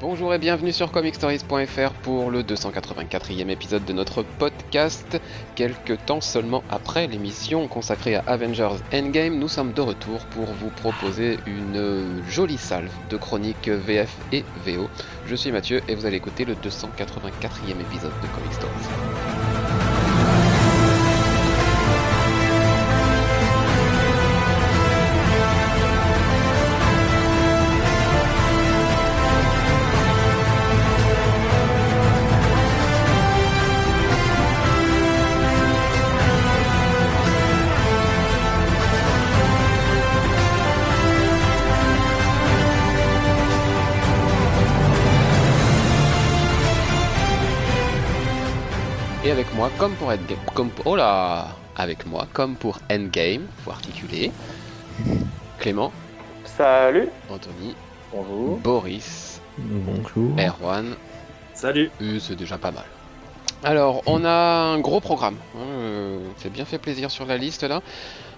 Bonjour et bienvenue sur comicstories.fr pour le 284e épisode de notre podcast. Quelques temps seulement après l'émission consacrée à Avengers Endgame, nous sommes de retour pour vous proposer une jolie salve de chroniques VF et VO. Je suis Mathieu et vous allez écouter le 284e épisode de Comic Stories. Et avec moi, comme pour Endgame, faut articuler. Clément. Salut. Anthony. Bonjour. Boris. Bonjour. Erwan. Salut. C'est déjà pas mal. Alors, on a un gros programme. C'est bien fait plaisir sur la liste là.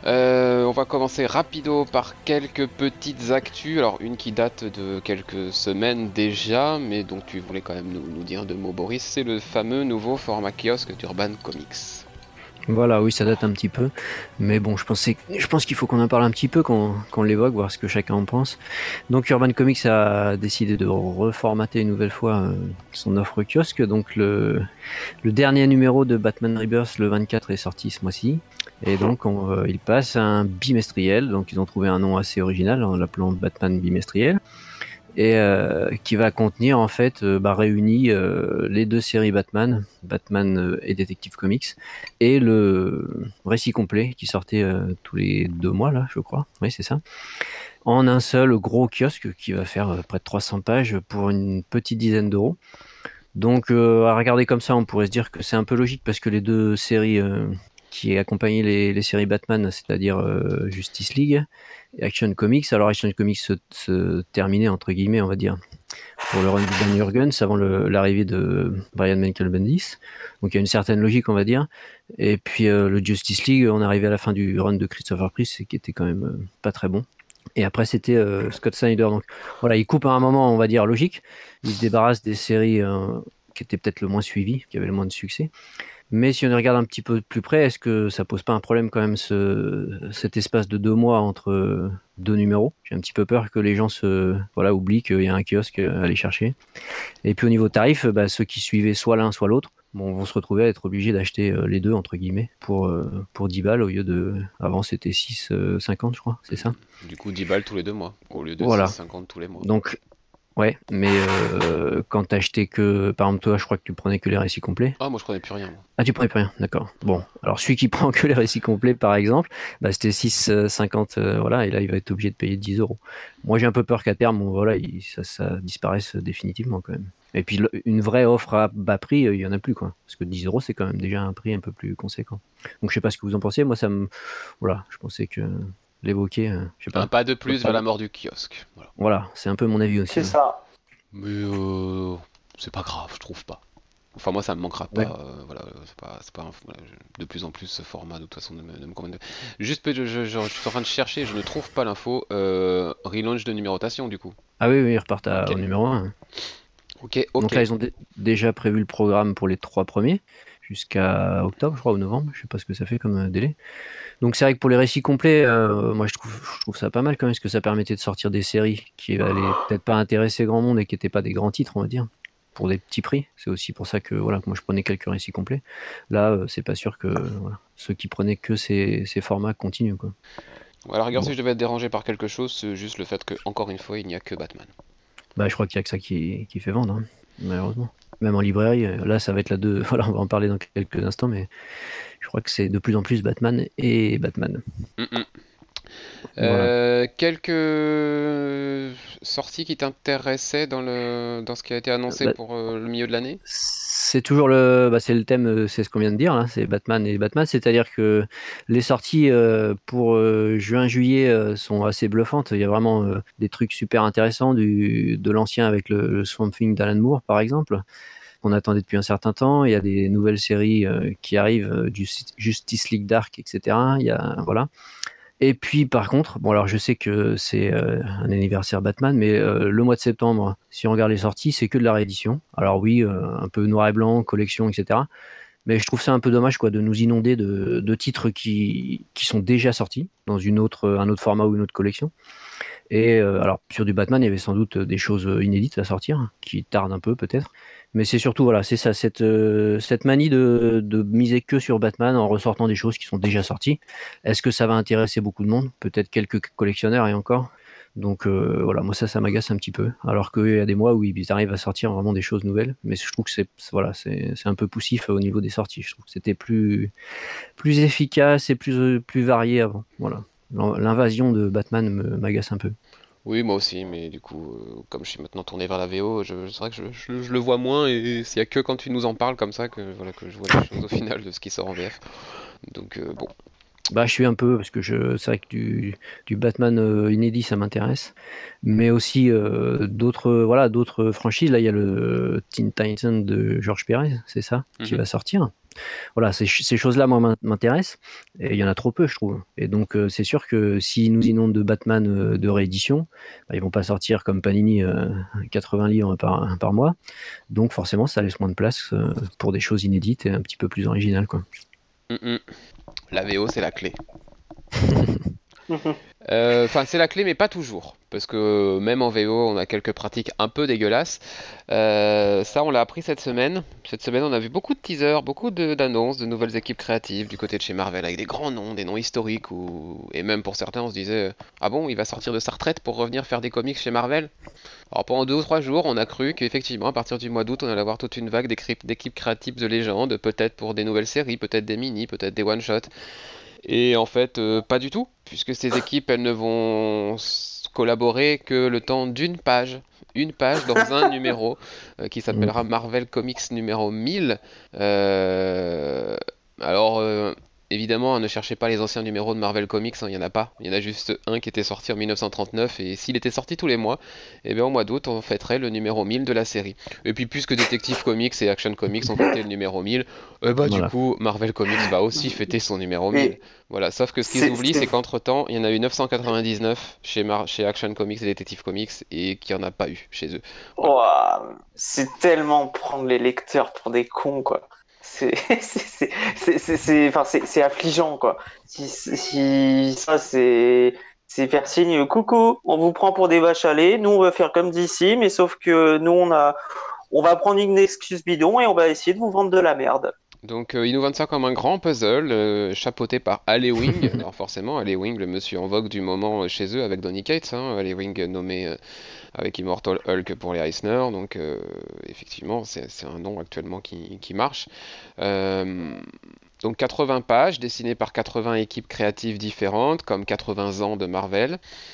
On va commencer rapido par quelques petites actus. Alors, une qui date de quelques semaines déjà, mais dont tu voulais quand même nous dire deux mots, Boris. C'est le fameux nouveau format kiosque d'Urban Comics. Voilà, oui, ça date un petit peu. Mais bon, je pense qu'il faut qu'on en parle un petit peu, qu'on l'évoque, voir ce que chacun en pense. Donc, Urban Comics a décidé de reformater une nouvelle fois son offre kiosque. Donc, le dernier numéro de Batman Rebirth, le 24, est sorti ce mois-ci. Et donc, il passe à un bimestriel. Donc, ils ont trouvé un nom assez original en l'appelant Batman bimestriel. Et qui va contenir en fait réuni les deux séries Batman et Detective Comics, et le récit complet qui sortait tous les 2 mois là, je crois. Oui, c'est ça. En un seul gros kiosque qui va faire près de 300 pages pour une petite dizaine d'euros. Donc à regarder comme ça, on pourrait se dire que c'est un peu logique parce que les deux séries qui accompagnaient les séries Batman, c'est-à-dire Justice League et Action Comics. Alors Action Comics se terminait entre guillemets, on va dire, pour le run de Dan Jurgens avant l'arrivée de Brian Michael Bendis. Donc il y a une certaine logique, on va dire. Et puis le Justice League, on arrivait à la fin du run de Christopher Priest, qui était quand même pas très bon. Et après c'était Scott Snyder. Donc voilà, il coupe à un moment, on va dire, logique. Il se débarrasse des séries qui étaient peut-être le moins suivies, qui avaient le moins de succès. Mais si on regarde un petit peu de plus près, est-ce que ça pose pas un problème quand même cet espace de 2 mois entre 2 numéros? J'ai un petit peu peur que les gens oublient qu'il y a un kiosque à aller chercher. Et puis au niveau tarif, ceux qui suivaient soit l'un soit l'autre, vont se retrouver à être obligés d'acheter les deux entre guillemets pour 10 balles au lieu de, avant c'était 6,50 je crois, c'est ça? Du coup 10 balles tous les 2 mois au lieu de voilà. 6,50 tous les mois. Donc ouais, mais quand t'achetais que, par exemple toi, je crois que tu prenais que les récits complets. Ah, moi je prenais plus rien. Moi. Ah, tu prenais plus rien, d'accord. Bon, alors celui qui prend que les récits complets, par exemple, c'était 6,50, voilà, et là il va être obligé de payer 10 euros. Moi j'ai un peu peur qu'à terme, ça disparaisse définitivement quand même. Et puis une vraie offre à bas prix, il y en a plus quoi, parce que 10 euros c'est quand même déjà un prix un peu plus conséquent. Donc je sais pas ce que vous en pensez. Moi je pensais que l'évoquer, je sais pas. Un pas de plus vers la mort du kiosque. Voilà, c'est un peu mon avis aussi. C'est ça. Mais c'est pas grave, je trouve pas. Enfin moi ça me manquera pas. Ouais. C'est pas de plus en plus ce format de toute façon ne me convient. Juste je suis en train de chercher, je ne trouve pas l'info. Relaunch de numérotation du coup. Ah oui, ils repartent au numéro 1. Ok. Donc là ils ont déjà prévu le programme pour les 3 premiers jusqu'à octobre, je crois, ou novembre, je sais pas ce que ça fait comme délai. Donc c'est vrai que pour les récits complets, moi je trouve ça pas mal quand même, parce que ça permettait de sortir des séries qui allaient peut-être pas intéresser grand monde et qui n'étaient pas des grands titres, on va dire, pour des petits prix. C'est aussi pour ça que moi je prenais quelques récits complets. Là, c'est pas sûr que ceux qui prenaient que ces formats continuent quoi. Alors regarde, si je devais être dérangé par quelque chose, c'est juste le fait que encore une fois il n'y a que Batman. Je crois qu'il y a que ça qui fait vendre, hein, malheureusement. Même en librairie, là ça va être voilà, on va en parler dans quelques instants, mais je crois que c'est de plus en plus Batman et Batman. Voilà. Quelques sorties qui t'intéressaient dans ce qui a été annoncé pour le milieu de l'année? C'est toujours c'est le thème, c'est ce qu'on vient de dire, là, c'est Batman et Batman, c'est-à-dire que les sorties pour juin-juillet sont assez bluffantes. Il y a vraiment des trucs super intéressants de l'ancien avec le Swamp Thing d'Alan Moore par exemple, qu'on attendait depuis un certain temps. Il y a des nouvelles séries qui arrivent, du Justice League Dark, etc. Voilà. Et puis par contre, bon alors je sais que c'est un anniversaire Batman, mais le mois de septembre, si on regarde les sorties, c'est que de la réédition. Alors oui, un peu noir et blanc, collection, etc. Mais je trouve ça un peu dommage quoi, de nous inonder de titres qui sont déjà sortis dans un autre format ou une autre collection. Et alors sur du Batman, il y avait sans doute des choses inédites à sortir, qui tardent un peu peut-être. Mais c'est surtout voilà, c'est ça, cette manie de miser que sur Batman en ressortant des choses qui sont déjà sorties. Est-ce que ça va intéresser beaucoup de monde? Peut-être quelques collectionneurs et encore. Donc voilà, moi ça m'agace un petit peu. Alors qu'il y a des mois où ils arrivent à sortir vraiment des choses nouvelles, mais je trouve que voilà, c'est un peu poussif au niveau des sorties. Je trouve que c'était plus efficace et plus varié avant. Voilà. L'invasion de Batman m'agace un peu. Oui, moi aussi, mais du coup, comme je suis maintenant tourné vers la VO, c'est vrai que je le vois moins et s'il y a que quand tu nous en parles comme ça que, voilà, que je vois les choses au final de ce qui sort en VF. Donc, bon. Bah, je suis un peu, parce que c'est vrai que du Batman inédit, ça m'intéresse. Mais aussi d'autres franchises. Là, il y a le Teen Titan de George Perez, c'est ça, qui Mhm. va sortir. Voilà, ces choses-là, moi, m'intéressent. Et il y en a trop peu, je trouve. Et donc, c'est sûr que s'ils nous inondent de Batman de réédition, bah, ils vont pas sortir comme Panini 80 livres par mois. Donc, forcément, ça laisse moins de place pour des choses inédites et un petit peu plus originales, quoi. Mhm. La VO, c'est la clé. Mhm. Enfin, c'est la clé, mais pas toujours. Parce que même en VO, on a quelques pratiques un peu dégueulasses. Ça, on l'a appris cette semaine. Cette semaine, on a vu beaucoup de teasers, d'annonces, de nouvelles équipes créatives du côté de chez Marvel, avec des grands noms, des noms historiques. Et même pour certains, on se disait, ah bon, il va sortir de sa retraite pour revenir faire des comics chez Marvel? Alors pendant 2 ou 3 jours, on a cru qu'effectivement, à partir du mois d'août, on allait avoir toute une vague d'équipes créatives de légende, peut-être pour des nouvelles séries, peut-être des mini, peut-être des one-shots. Et en fait, pas du tout, puisque ces équipes, elles ne vont collaborer que le temps d'une page. Une page dans un numéro qui Mm. s'appellera Marvel Comics numéro 1000. Euh, alors, évidemment, ne cherchez pas les anciens numéros de Marvel Comics, hein, il n'y en a pas. Il y en a juste un qui était sorti en 1939, et s'il était sorti tous les mois, eh bien, au mois d'août, on fêterait le numéro 1000 de la série. Et puis, puisque Detective Comics et Action Comics ont fêté le numéro 1000, du Voilà. coup, Marvel Comics va aussi fêter son numéro 1000. Mais Voilà, sauf que ce qu'ils c'est, oublient, c'est, c'est qu'entre-temps, il y en a eu 999 chez Action Comics et Detective Comics et qu'il n'y en a pas eu chez eux. Voilà. Ouah, c'est tellement prendre les lecteurs pour des cons, quoi. C'est, enfin, c'est affligeant, quoi. Si ça, c'est faire signe, coucou, on vous prend pour des vaches à lait, nous on va faire comme d'ici, mais sauf que nous on va prendre une excuse bidon et on va essayer de vous vendre de la merde. Donc ils nous vendent ça comme un grand puzzle chapeauté par Wing. Alors forcément, Wing, le monsieur en vogue du moment chez eux avec Donny Cates, hein, Wing nommé avec Immortal Hulk pour les Eisner. Donc effectivement, c'est un nom actuellement qui marche. Euh, donc 80 pages dessinées par 80 équipes créatives différentes, comme 80 ans de Marvel.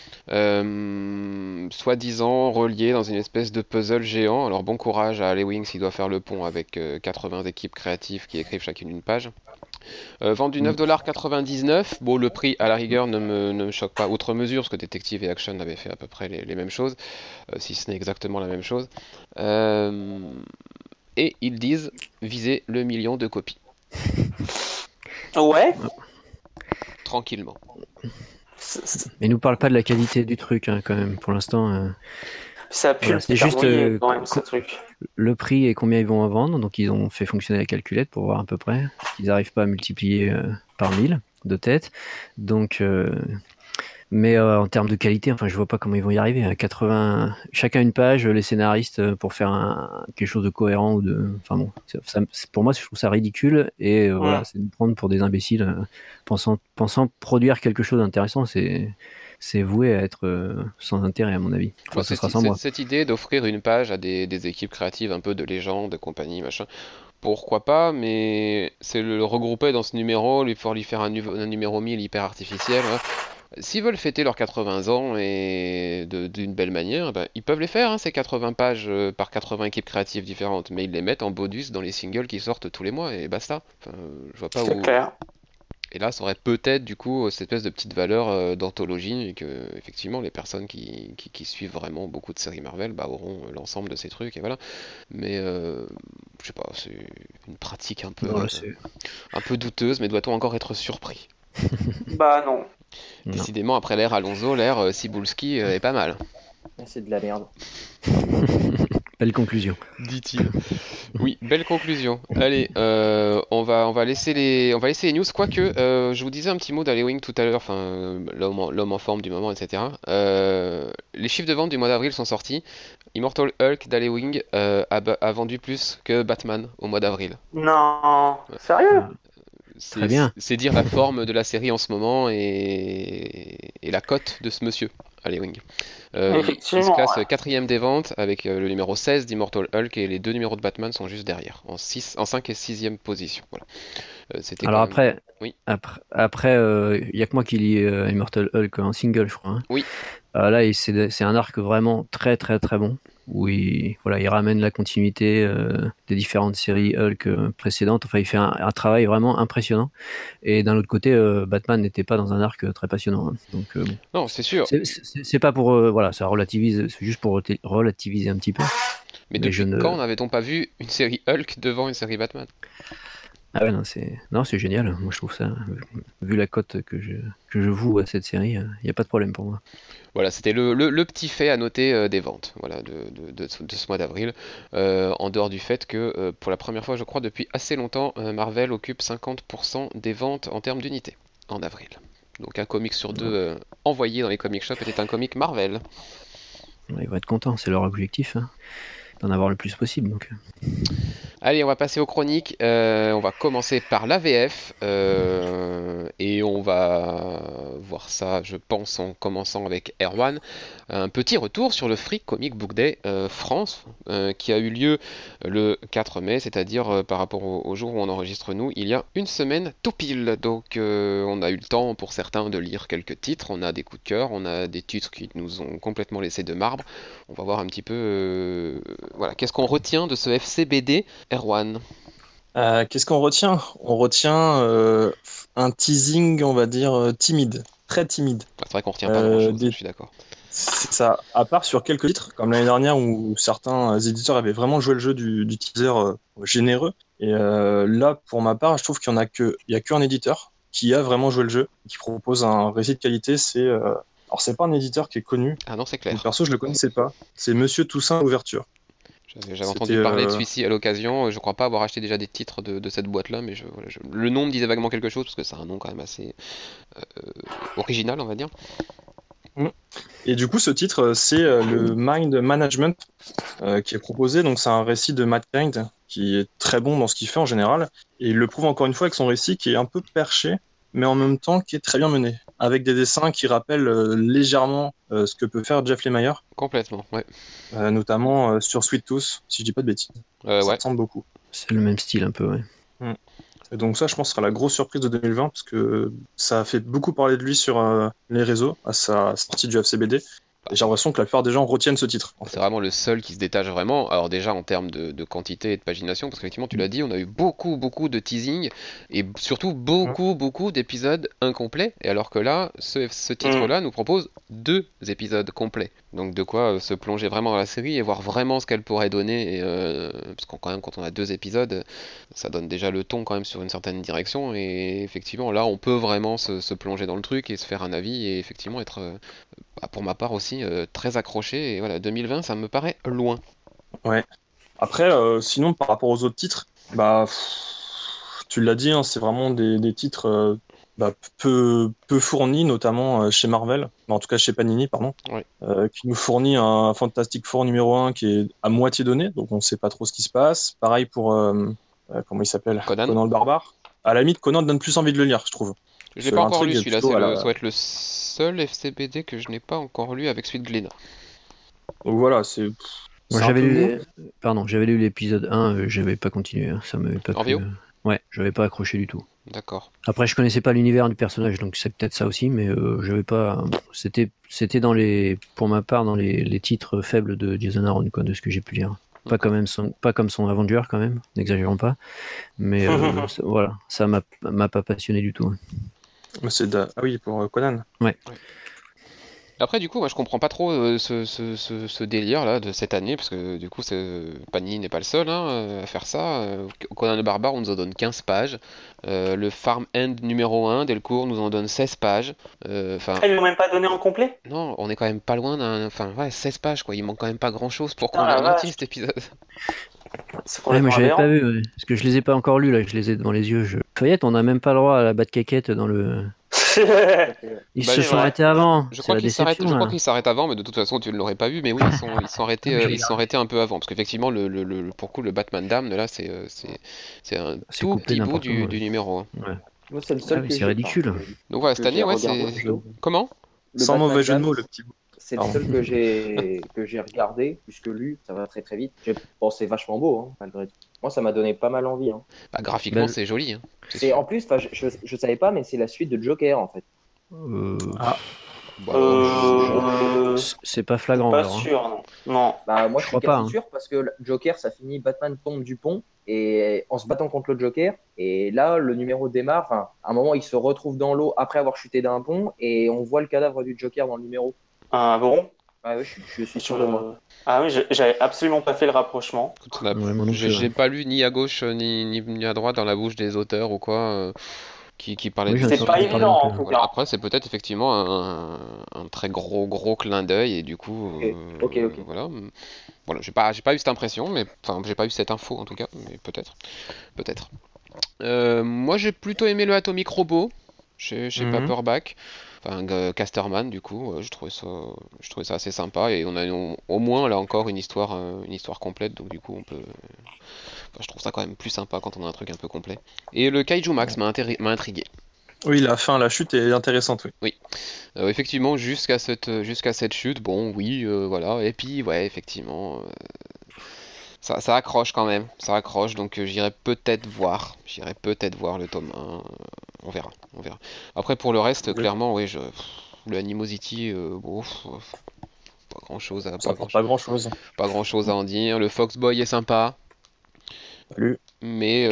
Soi-disant relié dans une espèce de puzzle géant. Alors bon courage à Wing s'il doit faire le pont avec 80 équipes créatives qui écrivent chacune une page. Vendu Mm. 9,99$. Bon, le prix à la rigueur ne me choque pas outre mesure, parce que Detective et Action avaient fait à peu près les mêmes choses, si ce n'est exactement la même chose. Euh, et ils disent viser le million de copies, Ouais, tranquillement. Mais nous parle pas de la qualité du truc, hein, quand même, pour l'instant. ça pue Voilà, le c'est père juste mouillé, quand même, ce truc. le prix et combien ils vont en vendre. Donc, ils ont fait fonctionner la calculette pour voir à peu près. Ils n'arrivent pas à multiplier par 1000 de tête. Donc, mais en termes de qualité, enfin, je vois pas comment ils vont y arriver. À 80, chacun une page, les scénaristes pour faire quelque chose de cohérent ou de. Enfin bon, pour moi, je trouve ça ridicule et voilà, Hmm. c'est de nous prendre pour des imbéciles pensant produire quelque chose d'intéressant. C'est voué à être sans intérêt à mon avis. Moi, Enfin, ce sera sans moi. cette idée d'offrir une page à des équipes créatives un peu de légende, de compagnie, machin, pourquoi pas, mais c'est le regrouper dans ce numéro, lui faire un numéro 1000 hyper artificiel. Hein. S'ils veulent fêter leurs 80 ans et d'une belle manière, ben, ils peuvent les faire, hein, ces 80 pages par 80 équipes créatives différentes, mais ils les mettent en bonus dans les singles qui sortent tous les mois et basta. Enfin, je vois pas C'est où. clair. Et là, ça aurait peut-être du coup cette espèce de petite valeur d'anthologie et que effectivement les personnes qui suivent vraiment beaucoup de séries Marvel bah, auront l'ensemble de ces trucs et voilà. Mais je sais pas, c'est une pratique Non, là, un peu douteuse, mais doit-on encore être surpris? Bah non. Non. Décidément, après l'ère Alonso, l'ère Cibulski est pas mal. C'est de la merde. Belle conclusion. Dit-il. Oui, belle conclusion. Allez, on va laisser les news. Quoique, je vous disais un petit mot d'Halloween tout à l'heure, enfin, l'homme en forme du moment, etc. Les chiffres de vente du mois d'avril sont sortis. Immortal Hulk d'Halloween a vendu plus que Batman au mois d'avril. Non, sérieux? Très bien. C'est dire la forme de la série en ce moment et la cote de ce monsieur, Halloween. Il se Effectivement, classe ouais. quatrième des ventes avec le numéro 16 d'Immortal Hulk et les deux numéros de Batman sont juste derrière, en 5 et 6e position. Voilà. C'était Alors quand même... après, Oui. il y a que moi qui lis Immortal Hulk en single, je crois. Hein. Oui. Là, c'est un arc vraiment très très très bon où il ramène la continuité des différentes séries Hulk précédentes. Enfin, il fait un travail vraiment impressionnant. Et d'un autre côté, Batman n'était pas dans un arc très passionnant. Hein. Donc, bon. Non, c'est sûr. C'est pas pour voilà, ça relativise, c'est juste pour relativiser un petit peu. Mais Mais depuis quand n'avait-on pas vu une série Hulk devant une série Batman? Ah ouais, non, c'est génial. Moi, je trouve ça, vu la cote que je voue à cette série, il n'y a pas de problème pour moi. Voilà, c'était le petit fait à noter des ventes voilà, de ce mois d'avril. En dehors du fait que pour la première fois, je crois, depuis assez longtemps, Marvel occupe 50% des ventes en termes d'unités en avril. Donc un comic sur deux envoyé dans les comic shops était un comic Marvel. Ouais, ils vont être contents, c'est leur objectif, hein, d'en avoir le plus possible. Donc. Allez, on va passer aux chroniques. On va commencer par l'AVF et on va voir ça, je pense, en commençant avec Erwan. Un petit retour sur le Free Comic Book Day France qui a eu lieu le 4 mai, c'est-à-dire par rapport au jour où on enregistre nous, il y a une semaine tout pile. Donc on a eu le temps pour certains de lire quelques titres, on a des coups de cœur, on a des titres qui nous ont complètement laissé de marbre. On va voir un petit peu voilà, qu'est-ce qu'on retient de ce FCBD, Erwan. Qu'est-ce qu'on retient? On retient un teasing, on va dire, timide, très timide. C'est vrai qu'on retient pas grand-chose, Des je suis d'accord. C'est ça, à part sur quelques titres, comme l'année dernière où certains éditeurs avaient vraiment joué le jeu du teaser généreux. Et là, pour ma part, je trouve qu'il y a qu'un éditeur qui a vraiment joué le jeu, qui propose un récit de qualité. Alors c'est pas un éditeur qui est connu. Ah non, c'est Mais clair. perso, je le connaissais pas. C'est Monsieur Toussaint Ouverture. J'avais entendu parler de celui-ci à l'occasion. Je crois pas avoir acheté déjà des titres de cette boîte-là, mais voilà, le nom me disait vaguement quelque chose parce que c'est un nom quand même assez original, on va dire. Et du coup, ce titre, c'est le Mind Management qui est proposé. Donc, c'est un récit de Matt Kind qui est très bon dans ce qu'il fait en général. Et il le prouve encore une fois avec son récit qui est un peu perché, mais en même temps qui est très bien mené, avec des dessins qui rappellent légèrement ce que peut faire Jeff Lemire, Complètement, ouais. notamment sur Sweet Tooth, si je dis pas de bêtises. Ça Ouais. ressemble beaucoup. C'est le même style un peu, ouais. Et donc ça, je pense, sera la grosse surprise de 2020 parce que ça a fait beaucoup parler de lui sur les réseaux à sa sortie du FCBD. Et j'ai l'impression que la plupart des gens retiennent ce titre. En C'est fait. vraiment le seul qui se détache vraiment. Alors déjà en termes de quantité et de pagination, parce qu'effectivement tu l'as dit, on a eu beaucoup de teasing et surtout beaucoup d'épisodes incomplets. Et alors que là, ce titre-là nous propose 2 épisodes complets. Donc de quoi se plonger vraiment dans la série et voir vraiment ce qu'elle pourrait donner. Parce que quand même quand on a 2 épisodes, ça donne déjà le ton quand même sur une certaine direction. Et effectivement là on peut vraiment se plonger dans le truc et se faire un avis et effectivement être pour ma part aussi très accroché et voilà 2020 ça me paraît loin. Ouais. Après, sinon par rapport aux autres titres, tu l'as dit, hein, c'est vraiment des titres peu fournis, notamment chez Marvel, en tout cas chez Panini, pardon, Ouais. qui nous fournit un Fantastic Four numéro 1 qui est à moitié donné, donc on ne sait pas trop ce qui se passe. Pareil pour comment il s'appelle, Conan le Barbare. À la limite, Conan donne plus envie de le lire, je trouve. Je l'ai pas encore lu L'intrigue est celui-là, plutôt ça doit être le seul FCBD que je n'ai pas encore lu avec Sweet Glen. Donc voilà, c'est Moi, un peu mou. j'avais lu l'épisode 1, j'avais pas continué, hein, ça m'avait pas En plu. VO Ouais, j'avais pas accroché du tout. D'accord. Après, je connaissais pas l'univers du personnage, donc c'est peut-être ça aussi, mais j'avais pas. C'était pour ma part, dans les titres faibles de Jason Aaron, quoi, de ce que j'ai pu lire. Pas comme son Avenger, quand même, n'exagérons pas. Mais voilà, ça m'a pas passionné du tout. Ah oui, pour Conan. Ouais. Après, du coup, moi je comprends pas trop ce délire là de cette année, parce que du coup, Panini n'est pas le seul hein, à faire ça. Conan le Barbare, on nous en donne 15 pages. Le Farm End numéro 1, Delcourt, nous en donne 16 pages. Enfin, Ils l'ont même pas donné en complet? non, on est quand même pas loin d'un. Enfin, ouais, 16 pages quoi, il manque quand même pas grand chose pour Putain, qu'on ait la en entier vache. cet épisode. C'est Ouais, mais complètement j'avais pas aberrant. vu, ouais. Parce que je les ai pas encore lus, là, je les ai devant les yeux. Feuillette, on n'a même pas le droit à la batte caquette dans le. Ils Bah, se C'est sont vrai. arrêtés avant, Je c'est crois la qu'ils s'arrêtent, déception je crois là. qu'ils s'arrêtent avant, mais de toute façon tu ne l'aurais pas vu. Mais oui, ils sont arrêtés, Ah, mais je ils sont regarde. arrêtés un peu avant, parce qu'effectivement pour le coup le Batman Damned là c'est un C'est tout coupé petit bout n'importe où. du numéro 1. Ouais. Moi, c'est le Ah seul oui, que c'est j'ai. ridicule. Donc voilà, cette Que j'ai année ouais regardé c'est plutôt. comment? Le Sans Batman mauvais jeu de mots, Damned, le petit bout. c'est le Pardon. seul que j'ai regardé, puisque lu, ça va très très vite. Bon, c'est vachement beau, hein, malgré tout. Moi, ça m'a donné pas mal envie. Hein. Bah, graphiquement Ben, c'est joli, hein, c'est C'est sûr. en plus, je savais pas, mais c'est la suite de Joker en fait. Ah, Bah, alors, c'est pas Je suis flagrant pas alors. Hein. sûr, non. Non. Bah, moi, Je je suis crois pas. quasi Hein. sûr parce que le Joker, ça finit, Batman tombe du pont et en se battant contre le Joker. Et là, le numéro démarre. Enfin, à un moment, il se retrouve dans l'eau après avoir chuté d'un pont et on voit le cadavre du Joker dans le numéro. Ah bon? Ah, ouais, je suis sûr de moi. Ah oui, j'avais absolument pas fait le rapprochement. écoute, Ouais, moi non plus, j'ai ouais. pas lu ni à gauche ni à droite dans la bouche des auteurs ou quoi qui parlaient Oui, de j'en ai C'est ça. pas pas entendu parler évident non en plus. tout Voilà. cas. Après, c'est peut-être effectivement un très gros clin d'œil et du coup, Ok. voilà. Voilà, j'ai pas eu cette impression, mais enfin, j'ai pas eu cette info en tout cas, mais peut-être. Moi, j'ai plutôt aimé le Atomic Robot chez Paperback. Enfin, Casterman, du coup, je trouvais ça assez sympa et on a au moins là encore une histoire complète, donc du coup, enfin, je trouve ça quand même plus sympa quand on a un truc un peu complet. Et le Kaiju Max m'a intrigué. oui, la chute est intéressante, oui. Oui, effectivement, jusqu'à cette chute, bon, oui, voilà. Et puis, ouais, effectivement, ça accroche quand même. Ça accroche, donc j'irai peut-être voir. Le tome 1. On verra. Après, pour le reste, Oui. clairement, oui, le Animosity, bon, pas grand-chose Ça apporte pas grand-chose. pas grand-chose à en dire. Le Foxboy est sympa, Salut. mais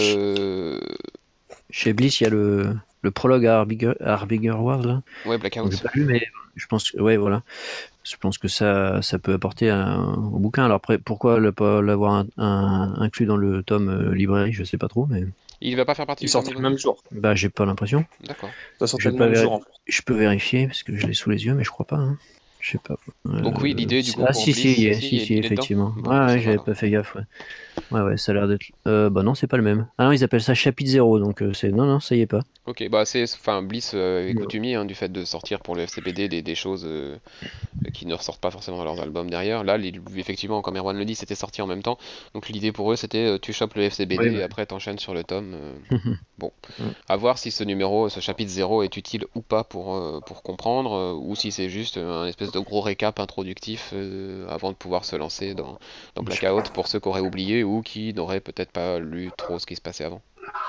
Chez Bliss, il y a le prologue à Harbinger Wars là. ouais, Donc, Blackout. j'ai pas lu, mais je pense que ouais, voilà. Je pense que ça peut apporter au bouquin. Alors après, pourquoi pas l'avoir inclus dans le tome librairie, je sais pas trop, mais Il va pas faire partie Il du tome sortait le libre. même jour. bah j'ai pas l'impression. D'accord. Ça sortait Je le peux, même jour en plus. je peux vérifier parce que je l'ai sous les yeux, mais je crois pas. Hein. Je sais pas. Donc oui, l'idée du coup Ah pour si Bliss, si, il y est, il est dedans. effectivement. Bon, Ouais, ça va, j'avais alors. pas fait gaffe. Ouais, ça a l'air d'être. Bah non, c'est pas le même. Ah non, ils appellent ça chapitre 0, donc c'est non, ça y est pas. Ok, bah enfin Bliss est coutumier hein, du fait de sortir pour le FCBD des choses qui ne ressortent pas forcément dans leurs albums derrière. Là, effectivement, comme Erwan le dit, c'était sorti en même temps. Donc l'idée pour eux, c'était tu chopes le FCBD Ouais. et après t'enchaînes sur le tome. Bon, à voir si ce chapitre 0 est utile ou pas pour comprendre, ou si c'est juste un espèce de gros récap introductif avant de pouvoir se lancer dans Blackout pour ceux qui auraient oublié ou qui n'auraient peut-être pas lu trop ce qui se passait avant.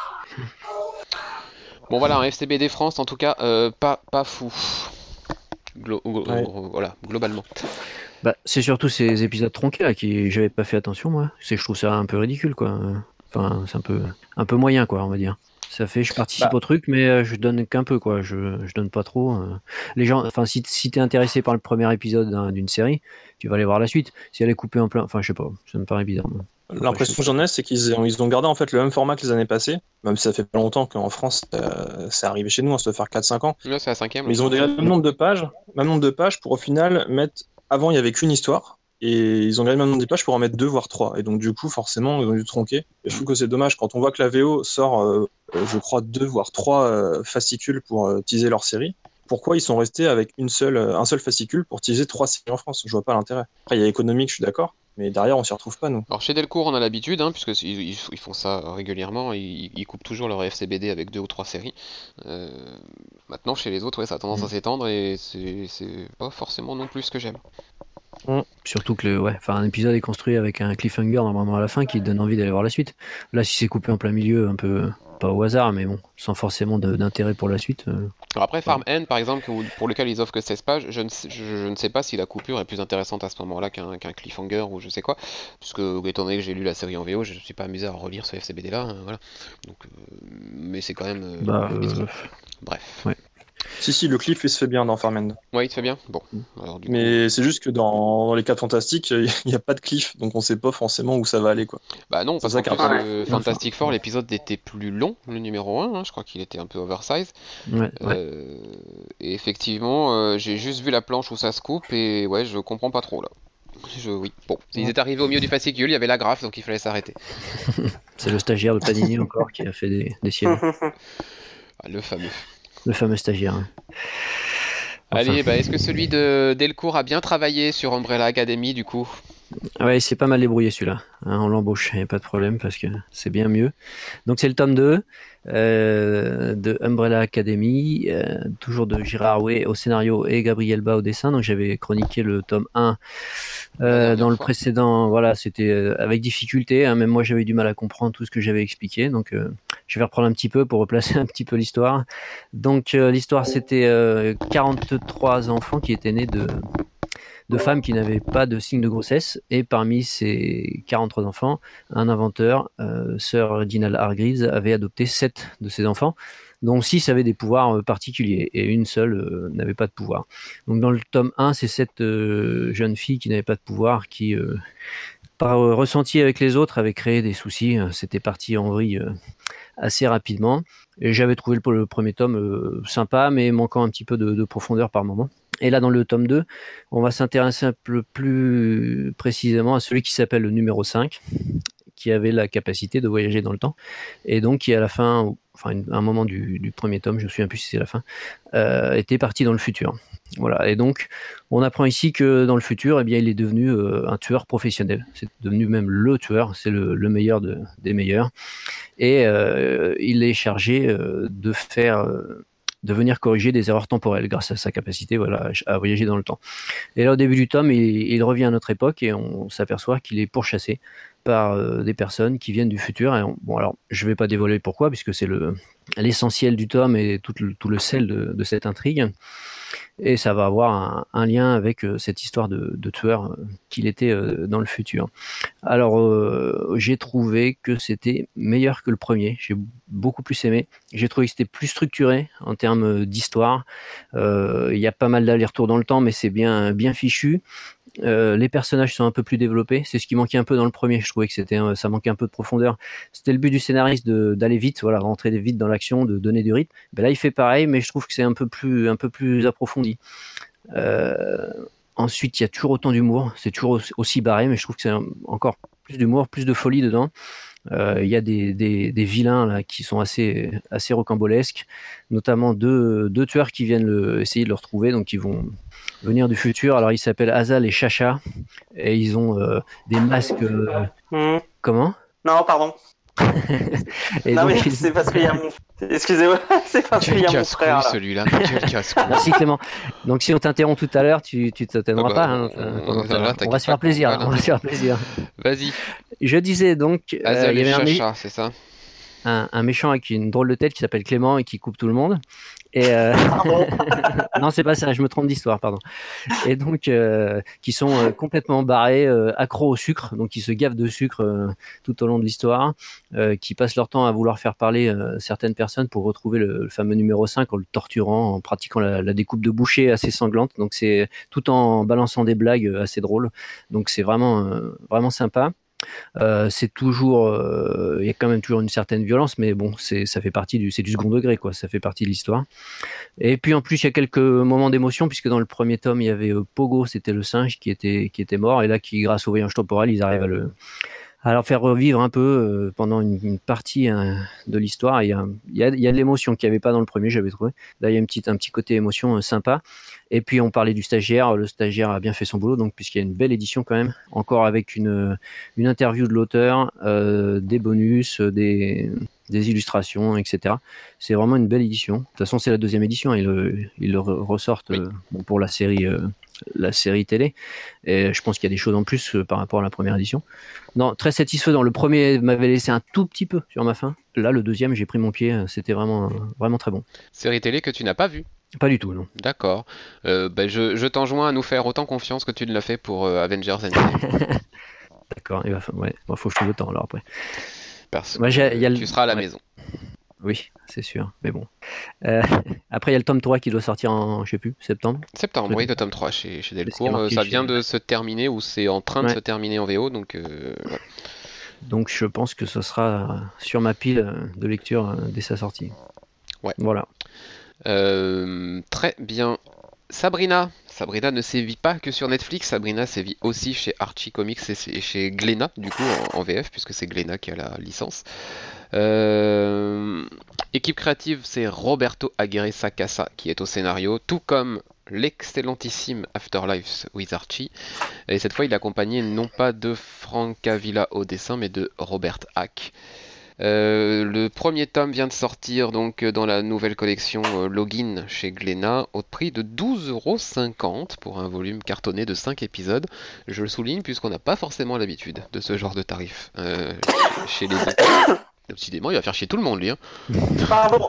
Bon voilà, un FCBD France en tout cas, pas fou. Voilà, globalement. Bah, c'est surtout ces épisodes tronqués là qui j'avais pas fait attention moi. Je trouve ça un peu ridicule quoi. Enfin, c'est un peu moyen quoi, on va dire. Ça fait je participe au truc mais je donne qu'un peu quoi, je donne pas trop. Les gens enfin si t'es intéressé par le premier épisode d'une série, tu vas aller voir la suite. Si elle est coupée en plein, enfin je sais pas, ça me paraît bizarre. Moi. L'impression que j'en ai, c'est qu'ils ont gardé en fait le même format que les années passées, même si ça fait pas longtemps qu'en France, c'est arrivé chez nous, on se fait faire 4-5 ans. Là, c'est la 5e. Mais ils ont gardé le même nombre de pages pour au final mettre. Avant, il y avait qu'une histoire, et ils ont gardé le même nombre de pages pour en mettre 2 voire 3. Et donc, du coup, forcément, ils ont dû tronquer. Et je trouve que c'est dommage quand on voit que la VO sort, je crois, 2 voire 3 fascicules pour teaser leur série. Pourquoi ils sont restés avec un seul fascicule pour teaser 3 séries en France? Je vois pas l'intérêt. Après, il y a économique, je suis d'accord. Mais derrière, on s'y retrouve pas, nous. Alors chez Delcourt, on a l'habitude, hein, puisque ils font ça régulièrement, ils coupent toujours leur FCBD avec 2 ou 3 séries. Maintenant, chez les autres, ouais, ça a tendance à s'étendre et c'est pas forcément non plus ce que j'aime. Surtout que un épisode est construit avec un cliffhanger normalement à la fin qui te donne envie d'aller voir la suite. Là, si c'est coupé en plein milieu, un peu pas au hasard, mais bon, sans forcément d'intérêt pour la suite. Alors après, Farm End, par exemple, pour lequel ils offrent que 16 pages, je ne sais pas si la coupure est plus intéressante à ce moment-là qu'un cliffhanger ou je sais quoi, puisque étant donné que j'ai lu la série en VO, je ne suis pas amusé à relire ce FCBD-là, voilà. Donc, mais c'est quand même... Bref. Bref. Ouais. Si, le cliff il se fait bien dans Farmend. Ouais, il te fait bien. Bon. Alors, du coup... Mais c'est juste que dans les 4 fantastiques, il n'y a pas de cliff, donc on sait pas forcément où ça va aller, quoi. Bah non, C'est parce ça qu'en qui est plus, intéressant. Fantastic Four, l'épisode était plus long, le numéro 1, je crois qu'il était un peu oversize. Ouais. Et effectivement, j'ai juste vu la planche où ça se coupe et ouais, je comprends pas trop là. Oui. Bon, ils étaient arrivés au milieu du fascicule, il y avait la graphe, donc il fallait s'arrêter. C'est le stagiaire de Panini encore qui a fait des siennes. Ah, le fameux. Le fameux stagiaire. Hein. Enfin. Allez, bah, est-ce que celui de Delcourt a bien travaillé sur Umbrella Academy du coup? Ouais, c'est pas mal débrouillé celui-là. Hein, on l'embauche, il n'y a pas de problème parce que c'est bien mieux. Donc c'est le tome 2 de Umbrella Academy, toujours de Gérard Way au scénario et Gabriel Ba au dessin. Donc j'avais chroniqué le tome 1 dans le précédent. Voilà, c'était avec difficulté. Hein, même moi j'avais du mal à comprendre tout ce que j'avais expliqué. Donc je vais reprendre un petit peu pour replacer un petit peu l'histoire. Donc l'histoire c'était 43 enfants qui étaient nés de femmes qui n'avaient pas de signe de grossesse, et parmi ces 43 enfants, un inventeur, Sir Reginald Hargreaves, avait adopté 7 de ces enfants, dont 6 avaient des pouvoirs particuliers, et une seule n'avait pas de pouvoir. Donc dans le tome 1, c'est 7 jeunes filles qui n'avaient pas de pouvoir, qui, par ressenti avec les autres, avaient créé des soucis. C'était parti en vrille assez rapidement, et j'avais trouvé le premier tome sympa, mais manquant un petit peu de profondeur par moment. Et là, dans le tome 2, on va s'intéresser un peu plus précisément à celui qui s'appelle le numéro 5, qui avait la capacité de voyager dans le temps, et donc qui à la fin, enfin un moment du premier tome, je me souviens plus si c'est la fin, était parti dans le futur. Voilà, et donc on apprend ici que dans le futur, eh bien, il est devenu un tueur professionnel. C'est devenu même le tueur, c'est le meilleur des meilleurs, et il est chargé de venir corriger des erreurs temporelles grâce à sa capacité, voilà, à voyager dans le temps. Et là, au début du tome, il revient à notre époque et on s'aperçoit qu'il est pourchassé par des personnes qui viennent du futur. Et bon, alors, je ne vais pas dévoiler pourquoi, puisque c'est l'essentiel du tome et tout le sel de cette intrigue. Et ça va avoir un lien avec cette histoire de tueur qu'il était dans le futur. Alors, j'ai trouvé que c'était meilleur que le premier. J'ai beaucoup plus aimé. J'ai trouvé que c'était plus structuré en termes d'histoire. Il y a pas mal d'allers-retours dans le temps, mais c'est bien fichu. Les personnages sont un peu plus développés. C'est ce qui manquait un peu dans le premier. Je trouvais que ça manquait un peu de profondeur. C'était le but du scénariste d'aller vite, voilà, rentrer vite dans l'action, de donner du rythme. Ben là, il fait pareil, mais je trouve que c'est un peu plus approfondi. Ensuite, il y a toujours autant d'humour. C'est toujours aussi barré, mais je trouve que c'est encore plus d'humour, plus de folie dedans. Il y a des vilains là qui sont assez rocambolesques, notamment deux tueurs qui viennent essayer de le retrouver, donc ils vont venir du futur. Alors ils s'appellent Azal et Chacha, et ils ont des masques. Comment? Non, pardon. Et non, donc, mais c'est parce qu'il y a mon. Excusez-moi, c'est parce qu'il y a mon frère. Là. Celui-là, quel casse-couille. Merci Clément. Donc si on t'interrompt tout à l'heure, tu t'étonneras pas. Hein, on va se faire plaisir. Voilà. On va se faire plaisir. Vas-y. Je disais donc, Azal il y et avait Chacha, c'est ça? un méchant avec une drôle de tête qui s'appelle Clément et qui coupe tout le monde. Et non, c'est pas ça, je me trompe d'histoire, pardon. Et donc, qui sont complètement barrés, accros au sucre, donc qui se gavent de sucre tout au long de l'histoire, qui passent leur temps à vouloir faire parler certaines personnes pour retrouver le fameux numéro 5 en le torturant, en pratiquant la découpe de boucher assez sanglante. Donc c'est tout en balançant des blagues assez drôles. Donc c'est vraiment sympa. C'est toujours, il y a quand même toujours une certaine violence, mais bon, ça fait partie c'est du second degré, quoi. Ça fait partie de l'histoire. Et puis en plus, il y a quelques moments d'émotion, puisque dans le premier tome, il y avait Pogo, c'était le singe qui était mort, et là, grâce au voyage temporel, ils arrivent à leur faire revivre un peu pendant une partie de l'histoire. Il y a de l'émotion qu'il n'y avait pas dans le premier, j'avais trouvé. Là, il y a un petit côté émotion sympa. Et puis, on parlait du stagiaire. Le stagiaire a bien fait son boulot, donc puisqu'il y a une belle édition quand même, encore avec une interview de l'auteur, des bonus, des illustrations, etc. C'est vraiment une belle édition. De toute façon, c'est la deuxième édition. Ils le ressortent pour la série télé. Et je pense qu'il y a des choses en plus par rapport à la première édition. Non, très satisfaisant. Le premier m'avait laissé un tout petit peu sur ma faim. Là, le deuxième, j'ai pris mon pied. C'était vraiment très bon. Série télé que tu n'as pas vue? Pas du tout, non. D'accord. Je t'enjoins à nous faire autant confiance que tu ne l'as fait pour Avengers Endgame. D'accord. Faut que je trouve le temps alors après. Parce que tu seras à la maison. Oui, c'est sûr. Mais bon. Euh, Après, il y a le tome 3 qui doit sortir en, je sais plus, septembre. Septembre, oui, Peut-être. le tome 3 chez C'est ce qui est Delcourt. marqué Ça chez. vient de se terminer ou c'est en train de Ouais. se terminer en VO, donc voilà. Donc je pense que ce sera sur ma pile de lecture dès sa sortie. Ouais. Voilà. Très bien. Sabrina. Sabrina ne sévit pas que sur Netflix. Sabrina sévit aussi chez Archie Comics et chez Glénat, du coup, en VF, puisque c'est Glénat qui a la licence. Équipe créative, c'est Roberto Aguirre Sacasa qui est au scénario, tout comme l'excellentissime Afterlife with Archie. Et cette fois, il est accompagné non pas de Francavilla au dessin, mais de Robert Hack. Le premier tome vient de sortir donc dans la nouvelle collection Login chez Glénat au prix de 12,50€ pour un volume cartonné de 5 épisodes. Je le souligne puisqu'on n'a pas forcément l'habitude de ce genre de tarif chez les éditeurs. Décidément, il va faire chier tout le monde lui. Hein. Pardon.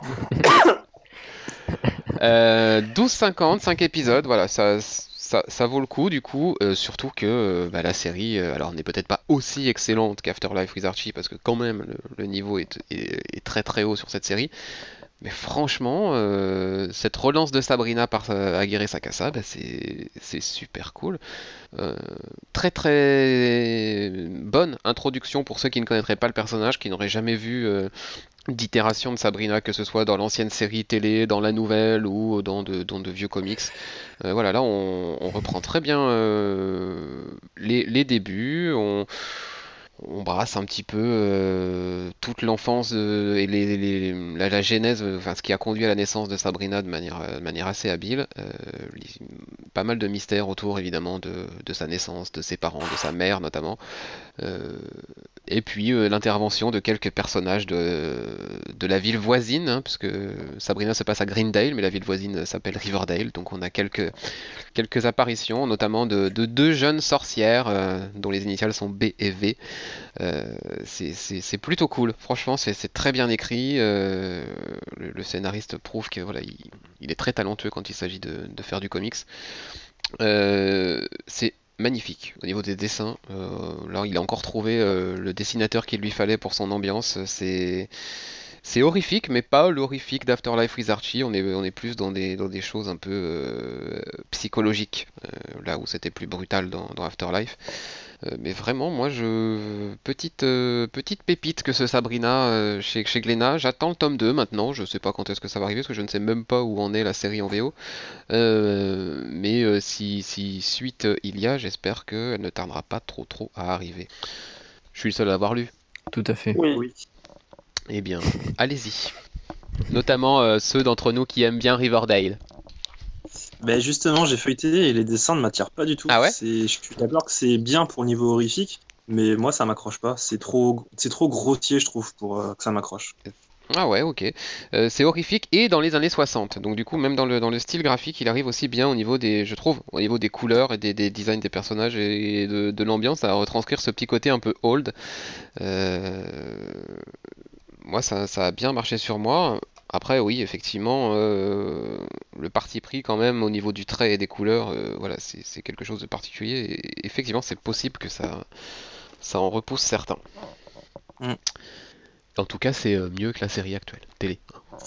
12,50, 5 épisodes, voilà, ça vaut le coup du coup, surtout que la série, alors n'est peut-être pas aussi excellente qu'Afterlife with Archie, parce que quand même le niveau est très très haut sur cette série, mais franchement, cette relance de Sabrina par Aguirre Sacasa, c'est super cool. Très très bonne introduction pour ceux qui ne connaîtraient pas le personnage, qui n'auraient jamais vu d'itération de Sabrina, que ce soit dans l'ancienne série télé, dans la nouvelle ou dans de vieux comics. Voilà, là on reprend très bien les débuts, on brasse un petit peu toute l'enfance et la genèse, enfin ce qui a conduit à la naissance de Sabrina de manière assez habile. Pas mal de mystères autour évidemment de sa naissance, de ses parents, de sa mère notamment. Et puis l'intervention de quelques personnages de la ville voisine, hein, puisque Sabrina se passe à Greendale, mais la ville voisine s'appelle Riverdale, donc on a quelques apparitions, notamment de deux jeunes sorcières dont les initiales sont B et V. C'est plutôt cool, franchement c'est très bien écrit. Le scénariste prouve que voilà, il est très talentueux quand il s'agit de faire du comics. C'est magnifique au niveau des dessins. Là, il a encore trouvé le dessinateur qu'il lui fallait pour son ambiance. C'est horrifique, mais pas l'horrifique d'Afterlife with Archie. On est plus dans des choses un peu psychologiques, là où c'était plus brutal dans Afterlife. Mais vraiment, moi, petite pépite que ce Sabrina chez Glénat. J'attends le tome 2 maintenant. Je sais pas quand est-ce que ça va arriver, parce que je ne sais même pas où en est la série en VO. Mais si suite il y a, j'espère qu'elle ne tardera pas trop à arriver. Je suis le seul à avoir lu. Tout à fait. Oui. Eh bien, allez-y. Notamment ceux d'entre nous qui aiment bien Riverdale. Ben justement, j'ai feuilleté et les dessins ne m'attirent pas du tout. Ah ouais ? Je suis d'accord que c'est bien pour le niveau horrifique, mais moi ça m'accroche pas. C'est trop grossier, je trouve, pour que ça m'accroche. Ah ouais, ok. C'est horrifique et dans les années 60. Donc du coup, même dans le style graphique, il arrive aussi bien au niveau je trouve, au niveau des couleurs et des designs des personnages et de l'ambiance à retranscrire ce petit côté un peu old. Moi, ça a bien marché sur moi. Après, oui, effectivement, le parti pris quand même au niveau du trait et des couleurs, voilà, c'est quelque chose de particulier. Et effectivement, c'est possible que ça en repousse certains. Mm. En tout cas, c'est mieux que la série actuelle, télé.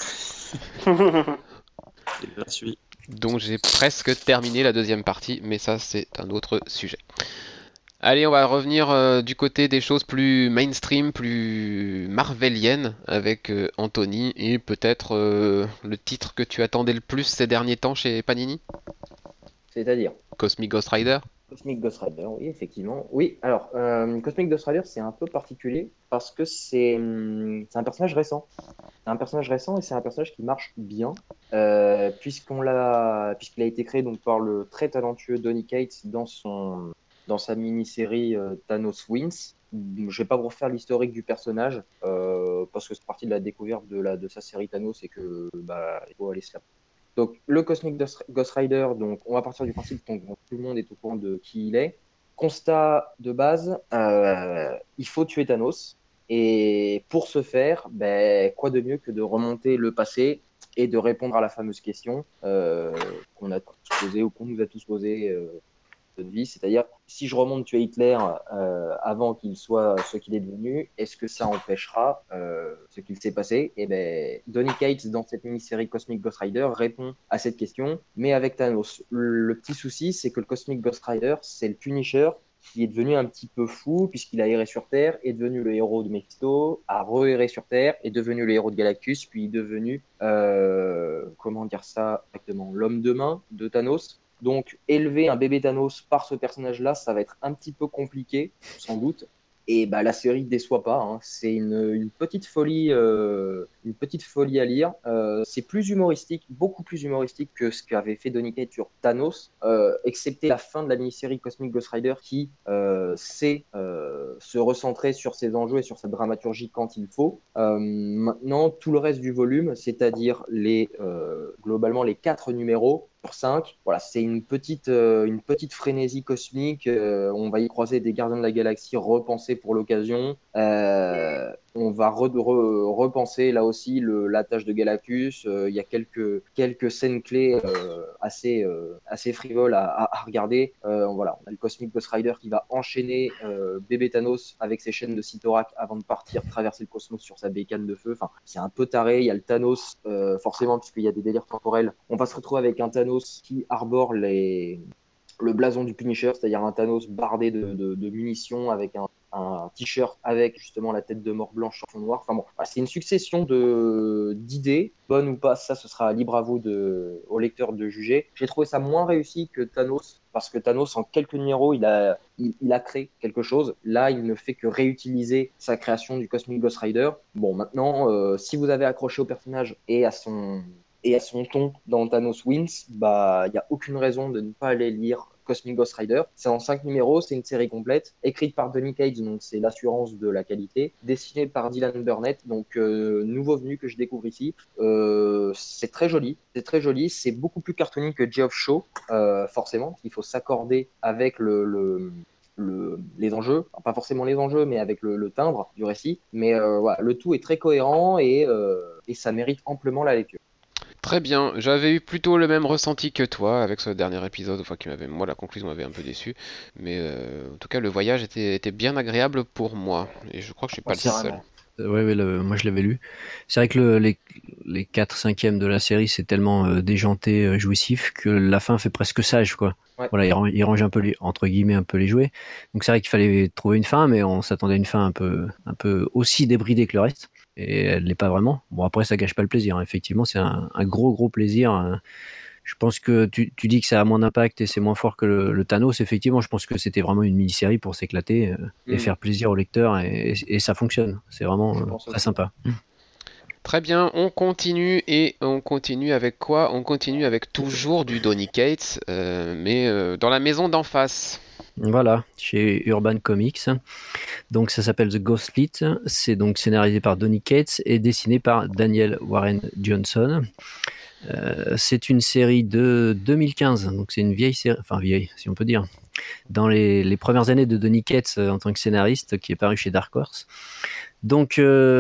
C'est gratuit. Donc j'ai presque terminé la deuxième partie, mais ça, c'est un autre sujet. Allez, on va revenir du côté des choses plus mainstream, plus marveliennes avec Anthony et peut-être le titre que tu attendais le plus ces derniers temps chez Panini, C'est-à-dire Cosmic Ghost Rider. Cosmic Ghost Rider, oui, effectivement. Oui, alors, Cosmic Ghost Rider, c'est un peu particulier parce que c'est un personnage récent. C'est un personnage récent et c'est un personnage qui marche bien, puisqu'il a été créé donc, par le très talentueux Donny Cates dans sa mini-série Thanos Wins. Je vais pas vous refaire l'historique du personnage parce que c'est partie de la découverte de sa série Thanos et que il faut aller se la. Donc le Cosmic Ghost Rider, donc on va partir du principe que tout le monde est au courant de qui il est. Constat de base, il faut tuer Thanos. Et pour ce faire, quoi de mieux que de remonter le passé et de répondre à la fameuse question qu'on a tous posée ou qu'on nous a tous posée de vie. C'est-à-dire, si je remonte tuer Hitler avant qu'il soit ce qu'il est devenu, est-ce que ça empêchera ce qu'il s'est passé? Et ben, Donny Cates, dans cette mini-série Cosmic Ghost Rider, répond à cette question, mais avec Thanos. Le petit souci, c'est que le Cosmic Ghost Rider, c'est le Punisher qui est devenu un petit peu fou puisqu'il a erré sur Terre, est devenu le héros de Mephisto, a re-erré sur Terre, est devenu le héros de Galactus, puis est devenu, comment dire ça exactement, l'homme de main de Thanos. Donc, élever un bébé Thanos par ce personnage-là, ça va être un petit peu compliqué, sans doute. Et bah, la série ne déçoit pas. Hein. C'est une petite folie à lire. C'est plus humoristique, beaucoup plus humoristique que ce qu'avait fait Donny Cates sur Thanos, excepté la fin de la mini-série Cosmic Ghost Rider qui sait se recentrer sur ses enjeux et sur sa dramaturgie quand il faut. Maintenant, tout le reste du volume, c'est-à-dire globalement les 4 numéros, sur 5. Voilà, c'est une petite frénésie cosmique. On va y croiser des gardiens de la galaxie repensés pour l'occasion. On va repenser là aussi la tâche de Galactus. Il y a quelques scènes clés assez frivoles à regarder. Voilà, on a le Cosmic Ghost Rider qui va enchaîner bébé Thanos avec ses chaînes de Cyttorak avant de partir traverser le cosmos sur sa bécane de feu. Enfin, c'est un peu taré. Il y a le Thanos, forcément, puisqu'il y a des délires temporels. On va se retrouver avec un Thanos qui arbore le blason du Punisher, c'est-à-dire un Thanos bardé de munitions avec un t-shirt avec justement la tête de mort blanche sur fond noir. Enfin bon, c'est une succession d'idées, bonnes ou pas, ça ce sera libre à vous au lecteur de juger. J'ai trouvé ça moins réussi que Thanos, parce que Thanos en quelques numéros il a créé quelque chose. Là il ne fait que réutiliser sa création du Cosmic Ghost Rider. Bon maintenant, si vous avez accroché au personnage et à son ton dans Thanos Wins, bah il y a aucune raison de ne pas aller lire Cosmic Ghost Rider. C'est en 5 numéros, c'est une série complète, écrite par Donny Cates, donc c'est l'assurance de la qualité, dessinée par Dylan Burnett, donc nouveau venu que je découvre ici. C'est très joli, c'est beaucoup plus cartoony que Geoff Shaw, forcément, il faut s'accorder avec les enjeux, enfin, pas forcément les enjeux, mais avec le timbre du récit. Mais voilà, le tout est très cohérent et ça mérite amplement la lecture. Très bien, j'avais eu plutôt le même ressenti que toi avec ce dernier épisode, enfin moi la conclusion m'avait un peu déçu, mais en tout cas le voyage était bien agréable pour moi, et je crois que je suis pas le seul. Ouais, moi je l'avais lu. C'est vrai que les 4/5 de la série c'est tellement déjanté, jouissif que la fin fait presque sage, quoi. Ouais. Voilà, il range un peu entre guillemets un peu les jouets. Donc c'est vrai qu'il fallait trouver une fin, mais on s'attendait à une fin un peu aussi débridée que le reste. Et elle l'est pas vraiment. Bon, après ça gâche pas le plaisir, hein. Effectivement c'est un gros plaisir. Je pense que tu dis que ça a moins d'impact et c'est moins fort que le Thanos. Effectivement, je pense que c'était vraiment une mini-série pour s'éclater et faire plaisir au lecteur, et ça fonctionne. C'est vraiment très sympa. Très bien, on continue avec quoi? On continue avec toujours du Donny Cates, mais dans la maison d'en face. Voilà, chez Urban Comics. Donc ça s'appelle The Ghost Fleet. C'est donc scénarisé par Donny Cates et dessiné par Daniel Warren Johnson. C'est une série de 2015, donc c'est une vieille série, enfin vieille si on peut dire, dans les premières années de Donny Cates en tant que scénariste, qui est paru chez Dark Horse. Donc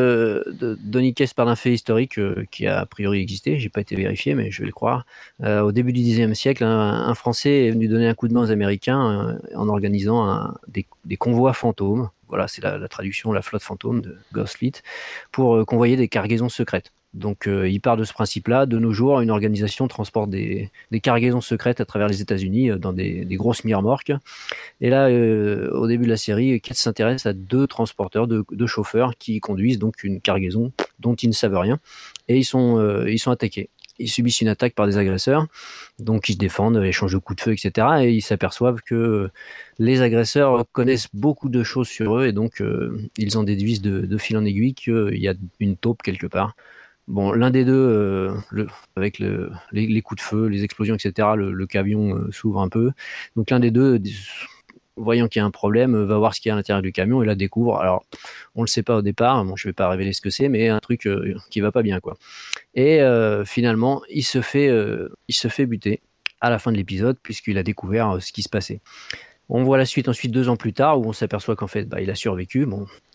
Donny Cates parle d'un fait historique qui a priori existé, j'ai pas été vérifié mais je vais le croire. Au début du Xe siècle, un Français est venu donner un coup de main aux Américains en organisant des convois fantômes. Voilà, c'est la traduction, la flotte fantôme de Ghost Fleet, pour convoyer des cargaisons secrètes. Donc il part de ce principe-là. De nos jours, une organisation transporte des cargaisons secrètes à travers les États-Unis dans des grosses remorques. Et là, au début de la série, Cates s'intéresse à 2 transporteurs, 2 chauffeurs qui conduisent donc une cargaison dont ils ne savent rien. Et ils sont attaqués. Ils subissent une attaque par des agresseurs, donc ils se défendent, échangent de coups de feu, etc. Et ils s'aperçoivent que les agresseurs connaissent beaucoup de choses sur eux, et donc ils en déduisent de fil en aiguille qu'il y a une taupe quelque part. Bon, l'un des deux, avec les coups de feu, les explosions, etc., le camion s'ouvre un peu. Donc l'un des deux, voyant qu'il y a un problème, va voir ce qu'il y a à l'intérieur du camion et la découvre. Alors, on le sait pas au départ, bon, je vais pas révéler ce que c'est, mais un truc qui va pas bien, quoi. Et finalement, il se fait buter à la fin de l'épisode, puisqu'il a découvert ce qui se passait. On voit la suite ensuite 2 ans plus tard, où on s'aperçoit qu'en fait, il a survécu. Bon,